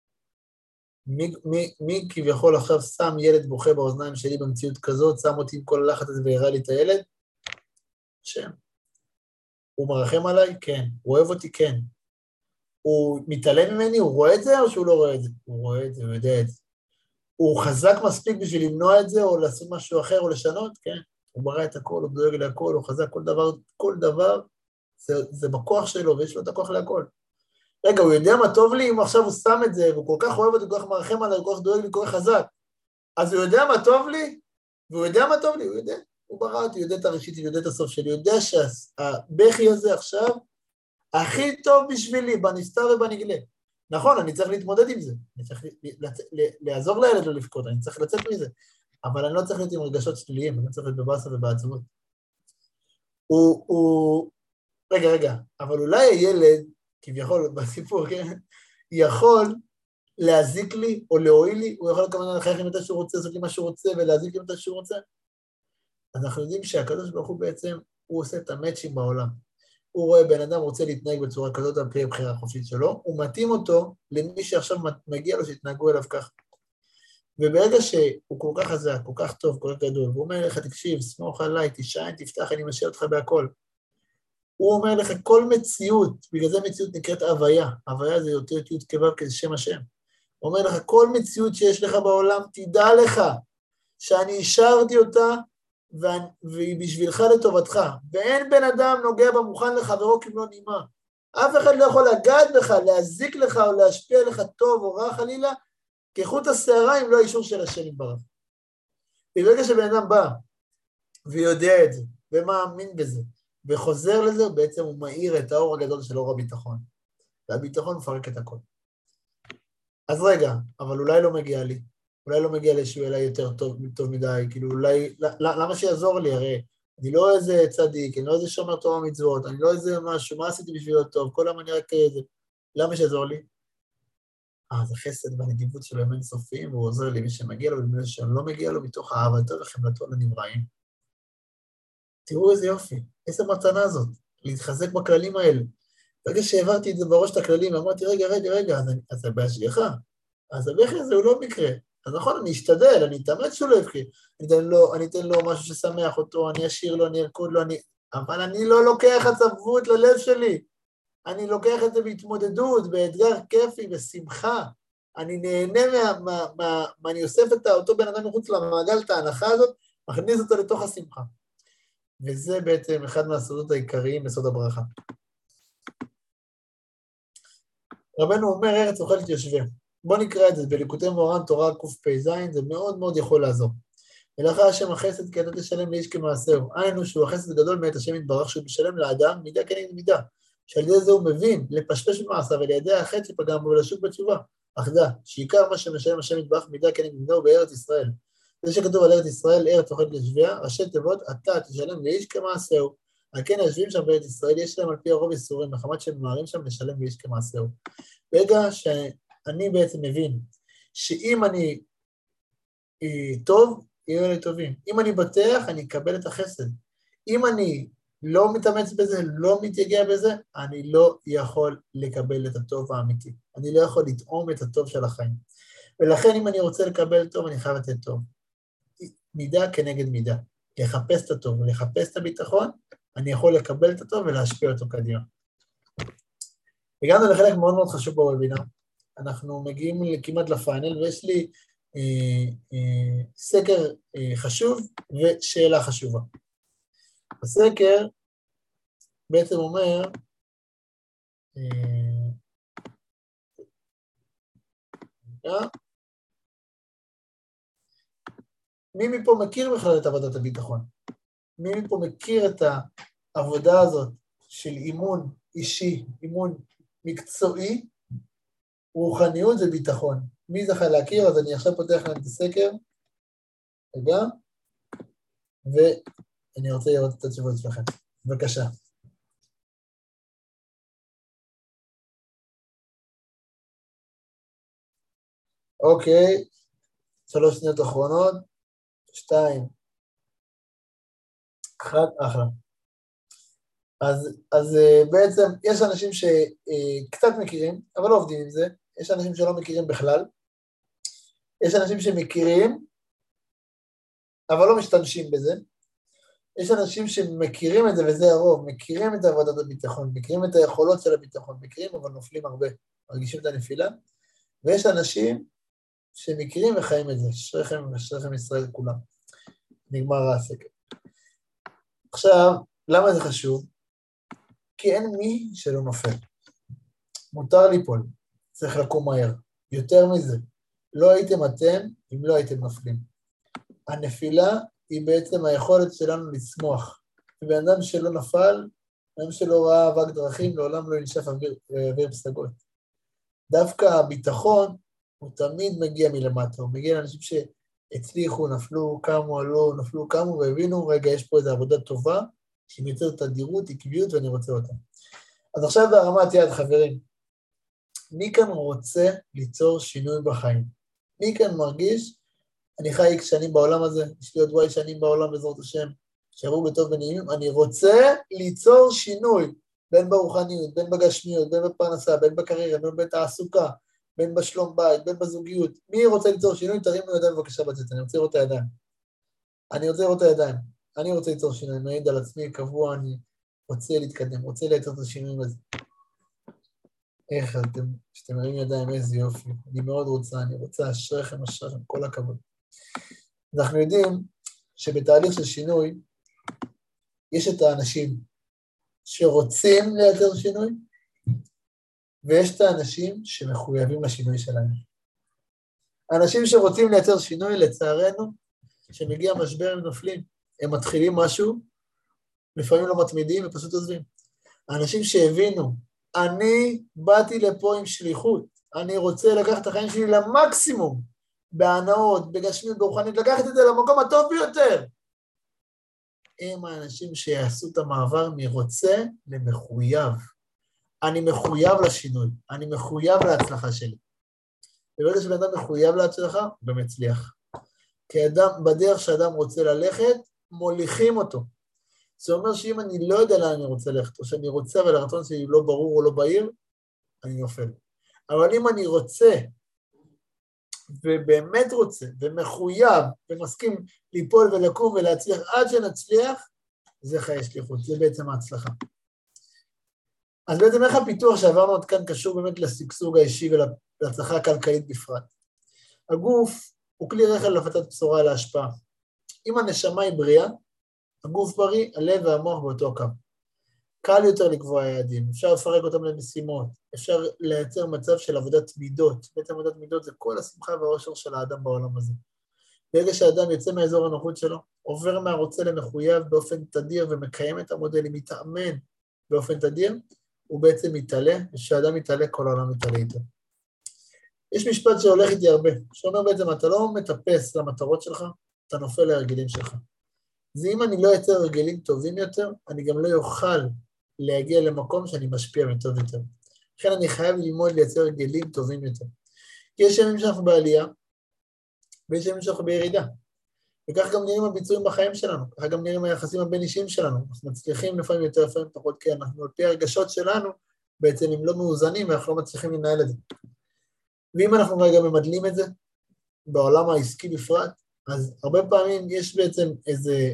מי כביכול עכשיו שם ילד בוכה באוזניים שלי במציאות כזאת, שם אותי עם כל הלחץ הזה והראה לי את הילד? השם. הוא מרחם עליי? כן. הוא אוהב אותי? כן. הוא מתעלם ממני? הוא רואה את זה או שהוא לא רואה את זה? הוא רואה את זה, הוא יודע את זה. הוא חזק מספיק בשביל למנוע את זה או לעשות משהו אחר או לשנות? כן. הוא ברא את הכל, הוא דואג להכל, הוא חזק כל דבר, זה בכוח שלו ויש לו את הכוח להכל. רגע, הוא יודע מה טוב לי אם עכשיו הוא שם את זה, והוא כל כך אוהב אותי, כל כך מרחם עליי, כל כך דואג לי, כל כך חזק. אז הוא יודע מה טוב לי, והוא יודע מה טוב לי, הוא יודע. הוא ברא אותי, הוא יודע את הראשית, הוא יודע את הסוף שלי, הוא יודע שהבכי הזה עכשיו הכי טוב בשבילי, בנסתר ובנגלה. נכון, אני צריך להתמודד עם זה, אני צריך לעזור לילד לא לבכות, אני צריך לצאת מזה, אבל אני לא צריך להיות עם רגשות שליליים, אני לא צריך להיות בבאסה ובעצבות. רגע, אבל אולי הילד, כביכול בסיפור, כן, יכול להזיק לי או להועיל לי, הוא יכול כמובן לחייך לי מתי שהוא רוצה, לעשות לי מה שהוא רוצה ולהזיק לי מתי שהוא רוצה. אז אנחנו יודעים שהקדוש ברוך הוא בעצם, הוא עושה את המאצ'ים בעולם. הוא רואה בן אדם רוצה להתנהג בצורה כזאת על פי הבחירה החופשית שלו, הוא מתאים אותו למי שעכשיו מגיע לו שיתנהגו אליו כך. וברגע שהוא כל כך חזק, כל כך טוב, כל כך גדול, והוא אומר לך, תקשיב, סמוך עליי, תישען, תפתח, אני משאיר אותך בהכל. הוא אומר לך, כל מציאות, בגלל זה מציאות נקראת הוויה, הוויה זה יותר תיות כבב כזה שם השם. הוא אומר לך, כל מציאות שיש לך בעולם, תדע לך שאני אישרתי אותה, והיא בשבילך לטובתך, ואין בן אדם נוגע במוכן לחברו כמלוא נימה. אף אחד לא יכול לגעת בך, להזיק לך או להשפיע לך טוב או רע חלילה, כחוט השערה אם לא אישור של השם יתברך. וברגע שבן אדם בא ויודע את זה, ומאמין בזה, וחוזר לזה, בעצם הוא מאיר את האור הגדול של אור הביטחון. והביטחון מפרק את הכל. אז רגע, אבל אולי לא מגיע לי. אולי לא מגיע לי שהוא אליי יותר טוב מדי, כאילו אולי, למה שיעזור לי? הרי אני לא איזה צדיק, אני לא איזה שומר תורה מצוות, אני לא איזה משהו, מה עשיתי בשבילו טוב, כל יום אני רק איזה, למה שיעזור לי? זה חסד והנדיבות שלו הם אינסופיים, והוא עוזר לי מי שמגיע לו ומי שלא מגיע לו מתוך אהבתו וחמלתו לנבראים. תראו איזה יופי, איזה מתנה זאת, להתחזק בכללים האלה. ברגע שהעברתי את זה בראש את הכללים, אמרתי, רגע, אז זה בהשגחה. אז הבכי הזה הוא לא מקרה. אז נכון, אני אשתדל, אני אתאמץ שהוא לא יבכי. אני אתן לו משהו ששמח אותו, אני אשאיר לו, אני ארקוד לו, אבל אני לא לוקח עצבות ללב שלי. אני לוקח את זה בהתמודדות, באתגר כיפי, בשמחה. אני נהנה אני אוסף את אותו בן אדם מחוץ למעגל, את ההנחה הזאת, מכניס אותו לתוך השמחה. וזה בעצם אחד מהסודות העיקריים בסוד הברכה. רבנו אומר, ארץ אוכלת יושביה. בואו נקרא את זה, בליקוטי מוהר"ן תורה קפ"ז, זה מאוד מאוד יכול לעזור. ולאחר השם החסד כי אתה תשלם לאיש כמעשהו. היינו שהוא החסד הגדול מאת השם יתברך, שהוא משלם לאדם מידה כנגד מידה. שעל ידי זה הוא מבין, לפשפש במעשיו, ולידי החטא שפגם בו ולשוב בתשובה. אך דע, שעיקר מה שמשלם השם יתברך מידה כנגד מידה הוא בארץ ישראל. זה שכתוב על ארץ ישראל, ארץ אוכלת יושביה, ראשי תיבות, אתה תשלם לאיש כמעשהו. על כן היושבים שם בארץ ישראל, יש להם על פי הרוב איסורים, מחמת שהם ממהרים שם לשלם לאיש כמעשהו. ברגע שאני בעצם מבין שאם אני טוב, יהיו לי טובים. אם אני בטח, אני אקבל את החסד. אם אני לא מתאמץ בזה, לא מתייגע בזה, אני לא יכול לקבל את הטוב האמיתי. אני לא יכול לטעום את הטוב של החיים. ולכן אם אני רוצה לקבל טוב, אני חייב לתת טוב. מידה כנגד מידה. לחפש את הטוב ולחפש את הביטחון, אני יכול לקבל את הטוב ולהשפיע אותו קדימה. הגענו לחלק מאוד מאוד חשוב בוובינר. אנחנו מגיעים כמעט לפיינל, ויש לי סקר חשוב ושאלה חשובה. הסקר בעצם אומר, מי מפה מכיר בכלל את עבודת הביטחון? מי מפה מכיר את העבודה הזאת של אימון אישי, אימון מקצועי, רוחניות וביטחון? מי זכה להכיר? אז אני עכשיו פותח להם את הסקר, רגע, ואני רוצה לראות את התשובות שלכם. בבקשה. אוקיי, 3 שניות אחרונות, 2, 1, אחלה. אז בעצם יש אנשים שקצת מכירים, אבל לא עובדים עם זה, יש אנשים שלא מכירים בכלל, יש אנשים שמכירים, אבל לא משתמשים בזה, יש אנשים שמכירים את זה, וזה הרוב, מכירים את עבודת הביטחון, מכירים את היכולות של הביטחון, מכירים אבל נופלים הרבה, מרגישים את הנפילה, ויש אנשים שמכירים וחיים את זה, אשריכם ישראל כולם. נגמר הסקר. עכשיו, למה זה חשוב? כי אין מי שלא נופל. מותר ליפול, צריך לקום מהר. יותר מזה, לא הייתם אתם אם לא הייתם נופלים. הנפילה היא בעצם היכולת שלנו לצמוח. ובן אדם שלא נפל, אדם שלא ראה אבק דרכים, לעולם לא ינשף אוויר פסגות. דווקא הביטחון הוא תמיד מגיע מלמטה, הוא מגיע לאנשים שהצליחו, נפלו, קמו, עלו, נפלו, קמו, והבינו, רגע, יש פה איזו עבודה טובה, שמייצרת תדירות, עקביות, ואני רוצה אותה. אז עכשיו בהרמת יד, חברים, מי כאן רוצה ליצור שינוי בחיים? מי כאן מרגיש, אני חי X שנים בעולם הזה, יש לי עוד Y שנים בעולם בעזרת השם, שעברו בטוב ונעימים, אני רוצה ליצור שינוי, בין ברוחניות, בין בגשמיות, בין בפרנסה, בין בקריירה, בין בתעסוקה, בין בשלום בית, בין בזוגיות. מי רוצה ליצור שינוי? תרימו ידיים בבקשה בצאת, אני רוצה לראות את הידיים. אני רוצה ליצור שינוי, אני מעיד על עצמי קבוע, אני רוצה להתקדם, רוצה לייצר את השינויים הזה. איך שאתם מראים ידיים, איזה יופי, אני מאוד רוצה, אני רוצה, אשריכם, כל הכבוד. אנחנו יודעים שבתהליך של שינוי, יש את האנשים שרוצים לייצר שינוי, ויש את האנשים שמחויבים לשינוי שלהם. האנשים שרוצים לייצר שינוי, לצערנו, שמגיע משבר הם נופלים, הם מתחילים משהו, לפעמים לא מתמידים ופשוט עוזבים. האנשים שהבינו, אני באתי לפה עם שליחות, אני רוצה לקחת את החיים שלי למקסימום, בהנאות, בגשמיות, ברוחנית, לקחת את זה למקום הטוב ביותר. הם האנשים שיעשו את המעבר מרוצה למחויב. אני מחויב לשינוי, אני מחויב להצלחה שלי. וברגע שבן אדם מחויב להצלחה, הוא גם מצליח. כי אדם, בדרך שאדם רוצה ללכת, מוליכים אותו. זה אומר שאם אני לא יודע לאן אני רוצה ללכת, או שאני רוצה, אבל הרצון שלי לא ברור או לא בהיר, אני נופל. אבל אם אני רוצה, ובאמת רוצה, ומחויב, ומסכים ליפול ולקום ולהצליח עד שנצליח, זה חיי שליחות, זה בעצם ההצלחה. אז בעצם איך הפיתוח שעברנו עוד כאן קשור באמת לסגסוג האישי ולהצלחה הכלכלית בפרט. הגוף הוא כלי רכב להפצת בשורה להשפעה. אם הנשמה היא בריאה, הגוף בריא, הלב והמוח באותו קו. קל יותר לקבוע יעדים, אפשר לפרק אותם למשימות, אפשר לייצר מצב של עבודת מידות. בעצם עבודת מידות זה כל השמחה והאושר של האדם בעולם הזה. ברגע שהאדם יוצא מאזור הנוחות שלו, עובר מהרוצה למחויב באופן תדיר ומקיים את המודלים, מתאמן באופן תדיר, הוא בעצם מתעלה, ושאדם מתעלה, כל העולם מתעלה איתו. יש משפט שהולך איתי הרבה, שאומר בעצם, אתה לא מטפס למטרות שלך, אתה נופל להרגלים שלך. זה אם אני לא אייצר הרגלים טובים יותר, אני גם לא יוכל להגיע למקום שאני משפיע מטוב יותר. לכן אני חייב ללמוד לייצר הרגלים טובים יותר. כי יש ימים שאנחנו בעלייה, ויש ימים שאנחנו בירידה. וכך גם נראים הביצועים בחיים שלנו, ככה גם נראים היחסים הבין אישיים שלנו. אנחנו מצליחים לפעמים יותר, לפעמים פחות, כי אנחנו על פי הרגשות שלנו, בעצם הם לא מאוזנים, ואנחנו לא מצליחים לנהל את זה. ואם אנחנו רגע ממדלים את זה, בעולם העסקי בפרט, אז הרבה פעמים יש בעצם איזה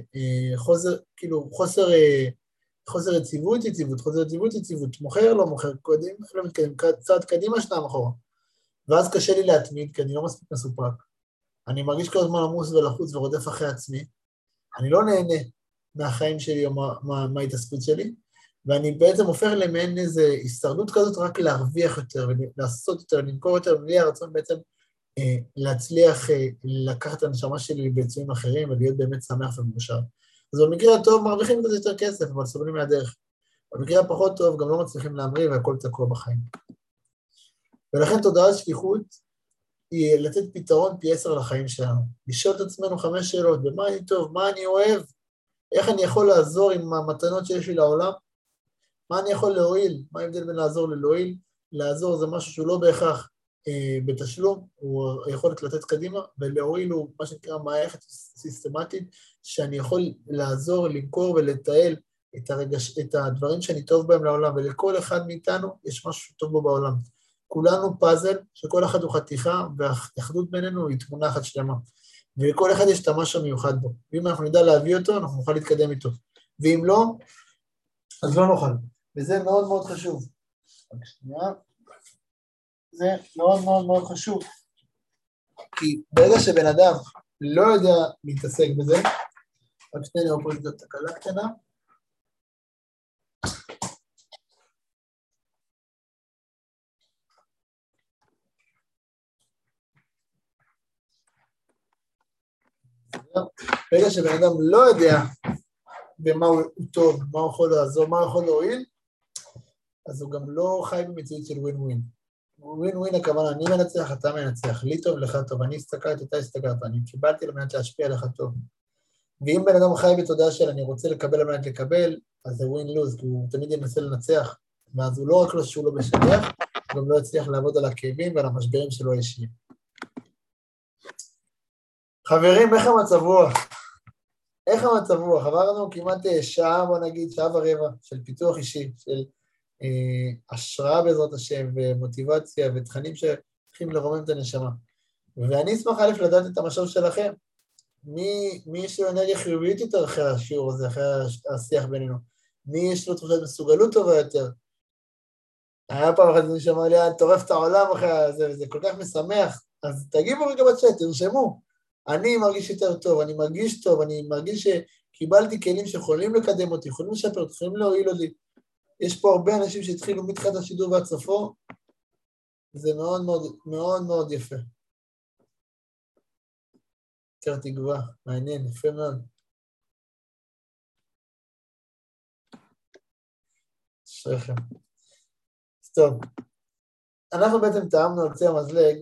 חוסר יציבות, מוכר, לא מוכר, קודם, לא מתקדם, צעד קדימה, שניים אחורה. ואז קשה לי להתמיד, כי אני לא מספיק מסופק. אני מרגיש כל הזמן עמוס ולחוץ ורודף אחרי עצמי. אני לא נהנה מהחיים שלי או מההתעסקות שלי, ואני בעצם הופך למעין איזו הישרדות כזאת רק להרוויח יותר, ולעשות יותר, למכור יותר, בלי הרצון בעצם להצליח לקחת את הנשמה שלי ביצועים אחרים, ולהיות באמת שמח ומאושר. אז במקרה הטוב מרוויחים קצת יותר כסף, אבל סובלים מהדרך. במקרה הפחות טוב גם לא מצליחים להמריא, והכל תקוע בחיים. ולכן תודעת שליחות היא לתת פתרון פי 10 לחיים שלנו. לשאול את עצמנו 5 שאלות, במה אני טוב, מה אני אוהב, איך אני יכול לעזור עם המתנות שיש לי לעולם, מה אני יכול להועיל, מה ההבדל בין לעזור ללהועיל, לעזור זה משהו שהוא לא בהכרח בתשלום, הוא יכולת לתת קדימה, ולהועיל הוא מה שנקרא מערכת סיסטמטית, שאני יכול לעזור, למכור ולתעל את הדברים שאני טוב בהם לעולם, ולכל אחד מאיתנו יש משהו טוב בו בעולם. כולנו פאזל, שכל אחד הוא חתיכה, והאחדות בינינו היא תמונה אחת שלמה. ולכל אחד יש את המשהו מיוחד בו. ואם אנחנו נדע להביא אותו, אנחנו נוכל להתקדם איתו. ואם לא, אז לא נוכל. וזה מאוד מאוד חשוב. רק שנייה. זה מאוד מאוד מאוד חשוב. כי ברגע שבן אדם לא יודע להתעסק בזה, רק שנייה נראה פה את התקלה קטנה, ברגע שבן אדם לא יודע במה הוא טוב, מה הוא יכול לעזור, מה הוא יכול להועיל, אז הוא גם לא חי במציאות של ווין ווין. ווין ווין הכוונה, אני מנצח, אתה מנצח, לי טוב, לך טוב, אני הסתכלת, אתה הסתכלת, אני קיבלתי למנת להשפיע לך טוב. ואם בן אדם חי בתודעה של אני רוצה לקבל למנת לקבל, אז זה ווין לוז, כי הוא תמיד ינסה לנצח, ואז הוא לא רק לא שהוא לא משלח, הוא גם לא יצליח לעבוד על הכאבים ועל המשברים שלו האישיים. חברים, איך המצב רוח? איך המצב רוח? עברנו כמעט שעה, בוא נגיד, שעה ורבע, של פיתוח אישי, של השראה בעזרת השם, ומוטיבציה, ותכנים שהולכים לרומם את הנשמה. ואני אשמח א' לדעת את המשוב שלכם. מי יש לו אנרגיה חיובית יותר אחרי השיעור הזה, אחרי השיח בינינו? מי יש לו תחושת מסוגלות טובה יותר? היה פעם אחת אני שאמר לי, טורף את העולם אחרי זה, וזה כל כך משמח. אז תגיבו רגע בצ'אט, תרשמו. אני מרגיש יותר טוב, אני מרגיש טוב, אני מרגיש שקיבלתי כלים שיכולים לקדם אותי, יכולים לשפר, יכולים להועיל אותי. יש פה הרבה אנשים שהתחילו מתחילת השידור ועד סופו, זה מאוד מאוד מאוד מאוד יפה. יותר תגובה, מעניין, יפה מאוד. אשריכם. טוב, אנחנו בעצם טעמנו על קצה המזלג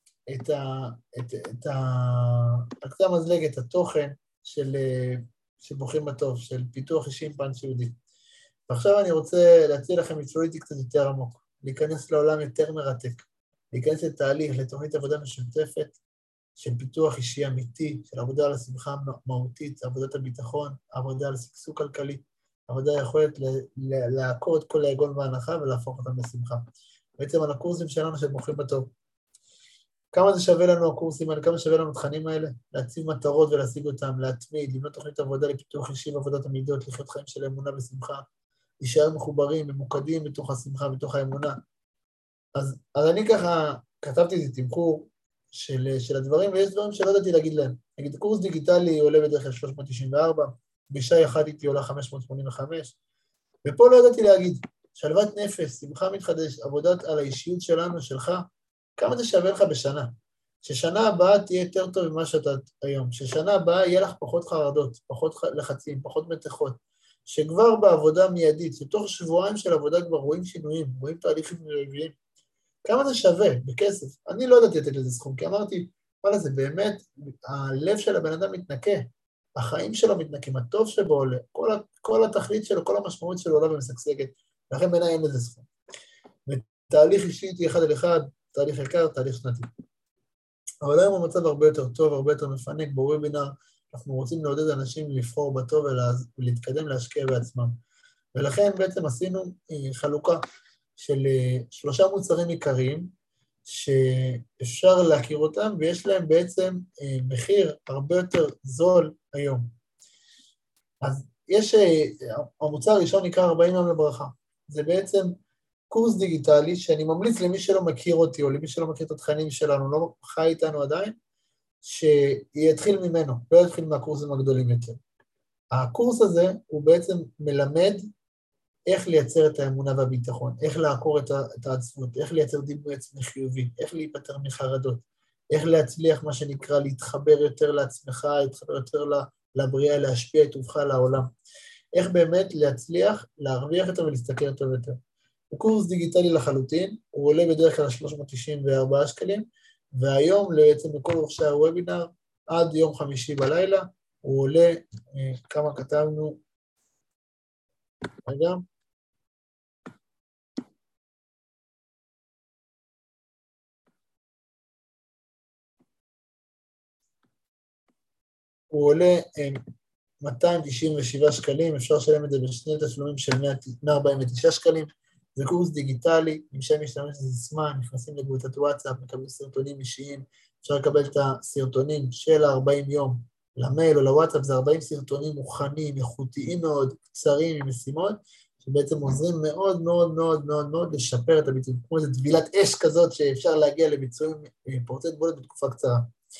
על קצה המזלג את התוכן של בוחרים בטוב, של פיתוח אישי עם פאנץ' יהודי. ועכשיו אני רוצה להציע לכם לצלול איתי קצת יותר עמוק, להיכנס לעולם יותר מרתק, להיכנס לתהליך, לתוכנית עבודה משותפת, של פיתוח אישי אמיתי, של עבודה על השמחה מהותית, עבודת הביטחון, עבודה על סכסוך כלכלי, עבודה יכולת לעקור את כל היגון וההנחה ולהפוך אותם לשמחה. בעצם על הקורסים שלנו שבוחרים בטוב. כמה זה שווה לנו הקורסים האלה, כמה שווה לנו התכנים האלה? להציב מטרות ולהשיג אותם, להתמיד, לבנות תוכנית עבודה לפיתוח אישי ועבודת המידות, לחיות חיים של אמונה ושמחה, להישאר מחוברים, ממוקדים בתוך השמחה, בתוך האמונה. אז אני ככה כתבתי איזה תמחור של הדברים, ויש דברים שלא ידעתי להגיד להם. נגיד, קורס דיגיטלי עולה בדרך כלל 394, בשעה אחת איתי עולה 585, ופה לא ידעתי להגיד, שלוות נפש, שמחה מתחדש, עבודת על האישיות שלנו, שלך, כמה זה שווה לך בשנה? ששנה הבאה תהיה יותר טוב ממה שאתה היום, ששנה הבאה יהיה לך פחות חרדות, פחות לחצים, פחות מתחות, שכבר בעבודה מיידית, שתוך שבועיים של עבודה כבר רואים שינויים, רואים תהליכים רביעיים, כמה זה שווה בכסף? אני לא ידעתי לתת לזה סכום, כי אמרתי, וואלה, זה באמת, הלב של הבן אדם מתנקה, החיים שלו מתנקים, הטוב שבו עולה, כל התכלית שלו, כל המשמעות שלו עולה ומשגשגת, לכן בעיניי אין לזה סכום. ותהליך אישי איתי אחד על אחד, תהליך יקר, תהליך שנתי. אבל היום המצב הרבה יותר טוב, הרבה יותר מפנק, בוובינר, אנחנו רוצים לעודד אנשים לבחור בטוב ולהתקדם להשקיע בעצמם. ולכן בעצם עשינו חלוקה של 3 מוצרים עיקריים, שאפשר להכיר אותם, ויש להם בעצם מחיר הרבה יותר זול היום. אז יש, המוצר הראשון נקרא 40 יום לברכה. זה בעצם קורס דיגיטלי שאני ממליץ למי שלא מכיר אותי, או למי שלא מכיר את התכנים שלנו, לא חי איתנו עדיין, שיתחיל ממנו, לא יתחיל מהקורסים הגדולים יותר. הקורס הזה הוא בעצם מלמד איך לייצר את האמונה והביטחון, איך לעקור את העצמות, איך לייצר דימוי עצמי חיובי, איך להיפטר מחרדות, איך להצליח מה שנקרא להתחבר יותר לעצמך, להתחבר יותר לבריאה, להשפיע את טובך לעולם. איך באמת להצליח, להרוויח יותר ולהסתכל טוב יותר. הוא קורס דיגיטלי לחלוטין, הוא עולה בדרך כלל 394 שקלים, והיום בעצם לכל רוכשי הוובינר, עד יום חמישי בלילה, הוא עולה, כמה כתבנו, רגע, הוא עולה 297 שקלים, אפשר לשלם את זה בשני תשלומים של 149 שקלים, זה קורס דיגיטלי, אם שם משתמש לסיסמה, נכנסים לקבוצת וואטסאפ, מקבלים סרטונים אישיים, אפשר לקבל את הסרטונים של 40 יום למייל או לוואטסאפ, זה 40 סרטונים מוכנים, איכותיים מאוד, קצרים עם משימות, שבעצם עוזרים מאוד מאוד מאוד מאוד מאוד לשפר את הביצועים, כמו איזו טבילת אש כזאת שאפשר להגיע לביצועים פורצי גבולות בתקופה קצרה.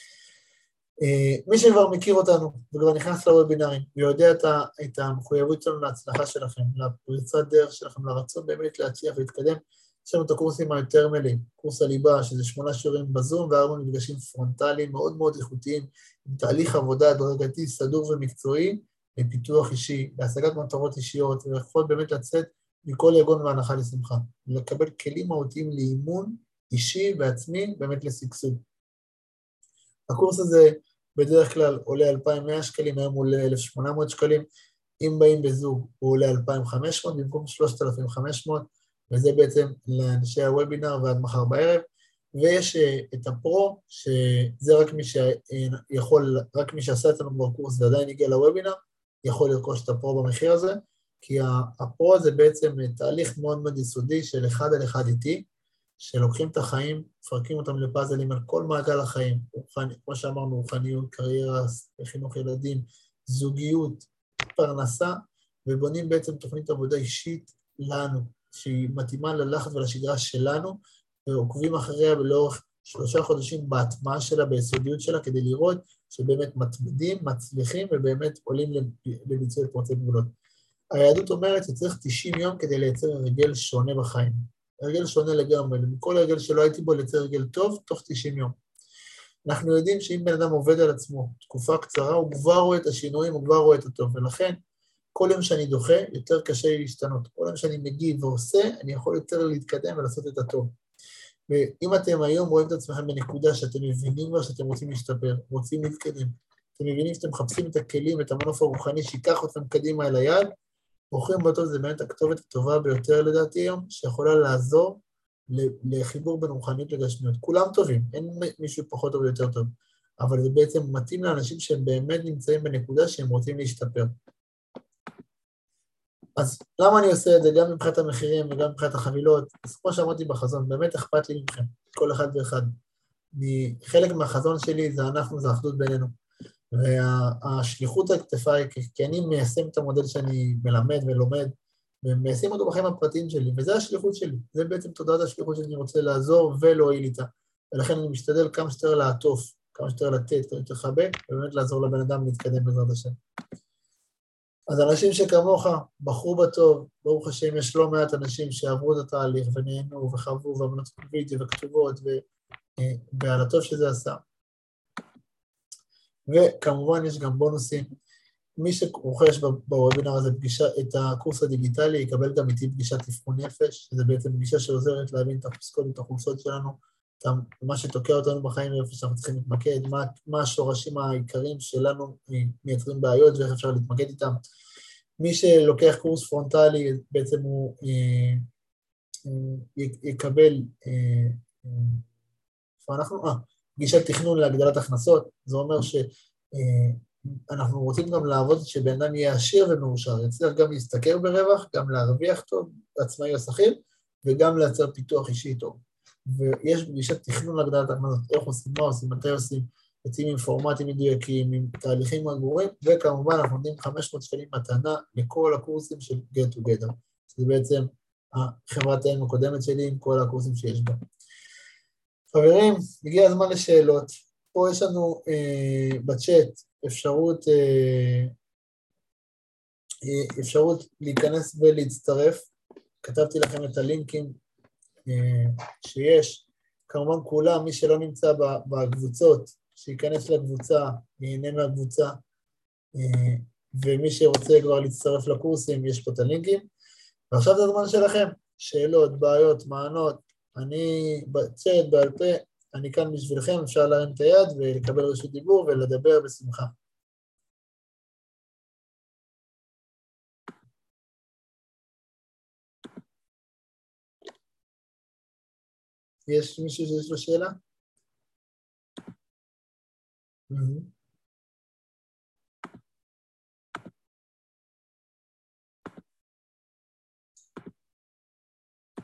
מי שכבר מכיר אותנו וכבר נכנס לוובינרים ויודע את המחויבות שלנו להצלחה שלכם, לפריצת דרך שלכם, לרצון באמת להצליח ולהתקדם, יש לנו את הקורסים היותר מלאים, קורס הליבה, שזה 8 שיעורים בזום ו4 מפגשים פרונטליים מאוד מאוד איכותיים, עם תהליך עבודה הדרגתי, סדור ומקצועי, לפיתוח אישי, להשגת מטרות אישיות, ויכול באמת לצאת מכל יגון והנחה לשמחה, ולקבל כלים מהותיים לאימון אישי ועצמי, באמת לשגשוג. הקורס הזה בדרך כלל עולה 2,100 שקלים, היום הוא עולה 1,800 שקלים, אם באים בזוג הוא עולה 2,500 במקום 3,500, וזה בעצם לאנשי הוובינר ועד מחר בערב, ויש את הפרו, שזה רק מי שיכול, רק מי שעשה אצלנו כבר קורס ועדיין הגיע לוובינר, יכול לרכוש את הפרו במחיר הזה, כי הפרו זה בעצם תהליך מאוד מאוד יסודי של אחד על אחד איתי, שלוקחים את החיים, מפרקים אותם לפאזלים על כל מעגל החיים, כמו שאמרנו, רוחניות, קריירה, חינוך ילדים, זוגיות, פרנסה, ובונים בעצם תוכנית עבודה אישית לנו, שהיא מתאימה ללחץ ולשגרה שלנו, ועוקבים אחריה לאורך 3 חודשים בהטמעה שלה, ביסודיות שלה, כדי לראות שבאמת מתמידים, מצליחים, ובאמת עולים לביצוע פורצי גבולות. היהדות אומרת שצריך 90 יום כדי לייצר הרגל שונה בחיים. הרגל שונה לגמרי, מכל הרגל שלא הייתי בו לייצר הרגל טוב, תוך 90 יום. אנחנו יודעים שאם בן אדם עובד על עצמו תקופה קצרה, הוא כבר רואה את השינויים, הוא כבר רואה את הטוב, ולכן כל יום שאני דוחה, יותר קשה לי להשתנות. כל יום שאני מגיב ועושה, אני יכול יותר להתקדם ולעשות את הטוב. ואם אתם היום רואים את עצמכם בנקודה שאתם מבינים כבר שאתם רוצים להשתפר, רוצים להתקדם, אתם מבינים שאתם מחפשים את הכלים, את המנוף הרוחני שיקח אתכם קדימה אל היד, בוחרים בטוב, זה באמת הכתובת הטובה ביותר לדעתי היום, שיכולה לעזור לחיבור בין רוחנית לגשמיות. כולם טובים, אין מישהו פחות טוב ויותר טוב, אבל זה בעצם מתאים לאנשים שהם באמת נמצאים בנקודה שהם רוצים להשתפר. אז למה אני עושה את זה? גם מבחינת המחירים וגם מבחינת החבילות, אז כמו שאמרתי בחזון, באמת אכפת לי מכם, כל אחד ואחד. חלק מהחזון שלי זה אנחנו, זה האחדות בינינו. והשליחות הכתפה היא, כי אני מיישם את המודל שאני מלמד ולומד, ומיישם אותו בחיים הפרטיים שלי, וזה השליחות שלי, זה בעצם תודעת השליחות שאני רוצה לעזור ולהועיל איתה, ולכן אני משתדל כמה שיותר לעטוף, כמה שיותר לתת, כמה שיותר לחבק, ובאמת לעזור לבן אדם להתקדם בעזרת השם. אז אנשים שכמוך בחרו בטוב, ברוך השם יש לא מעט אנשים שעברו את התהליך ונהנו וחוו ואמנות וידאו וכתובות ועל הטוב שזה עשה. וכמובן יש גם בונוסים. מי שרוכש בוובינר הזה את הקורס הדיגיטלי, יקבל גם איתי פגישת אבחון נפש, שזה בעצם פגישה שעוזרת להבין את החוזקות ואת החולשות שלנו, מה שתוקע אותנו בחיים, איפה שאנחנו צריכים להתמקד, מה השורשים העיקריים שלנו מייצרים בעיות ואיך אפשר להתמקד איתם. מי שלוקח קורס פרונטלי, בעצם הוא יקבל, פגישת תכנון להגדלת הכנסות, זה אומר שאנחנו רוצים גם לעבוד שבן אדם יהיה עשיר ומאושר, יצליח גם להסתכר ברווח, גם להרוויח טוב, עצמאי או שכיר, וגם לייצר פיתוח אישי טוב. ויש פגישת תכנון להגדלת הכנסות, איך עושים, מה עושים, מתי עושים, יוצאים עם פורמטים מדויקים, עם תהליכים מגורים, וכמובן אנחנו נותנים 500 שקלים מתנה לכל הקורסים של Get Together, שזה בעצם החברת האם הקודמת שלי עם כל הקורסים שיש בה. חברים, הגיע הזמן לשאלות. פה יש לנו בצ'אט אפשרות אפשרות להיכנס ולהצטרף. כתבתי לכם את הלינקים שיש. כמובן כולם, מי שלא נמצא בקבוצות, שייכנס לקבוצה, ייהנה מהקבוצה, ומי שרוצה כבר להצטרף לקורסים, יש פה את הלינקים. ועכשיו זה הזמן שלכם, שאלות, בעיות, מענות, אני בצ'אט, בעל פה, אני כאן בשבילכם, אפשר להרים את היד ולקבל רשות דיבור ולדבר בשמחה. יש מישהו שיש לו שאלה?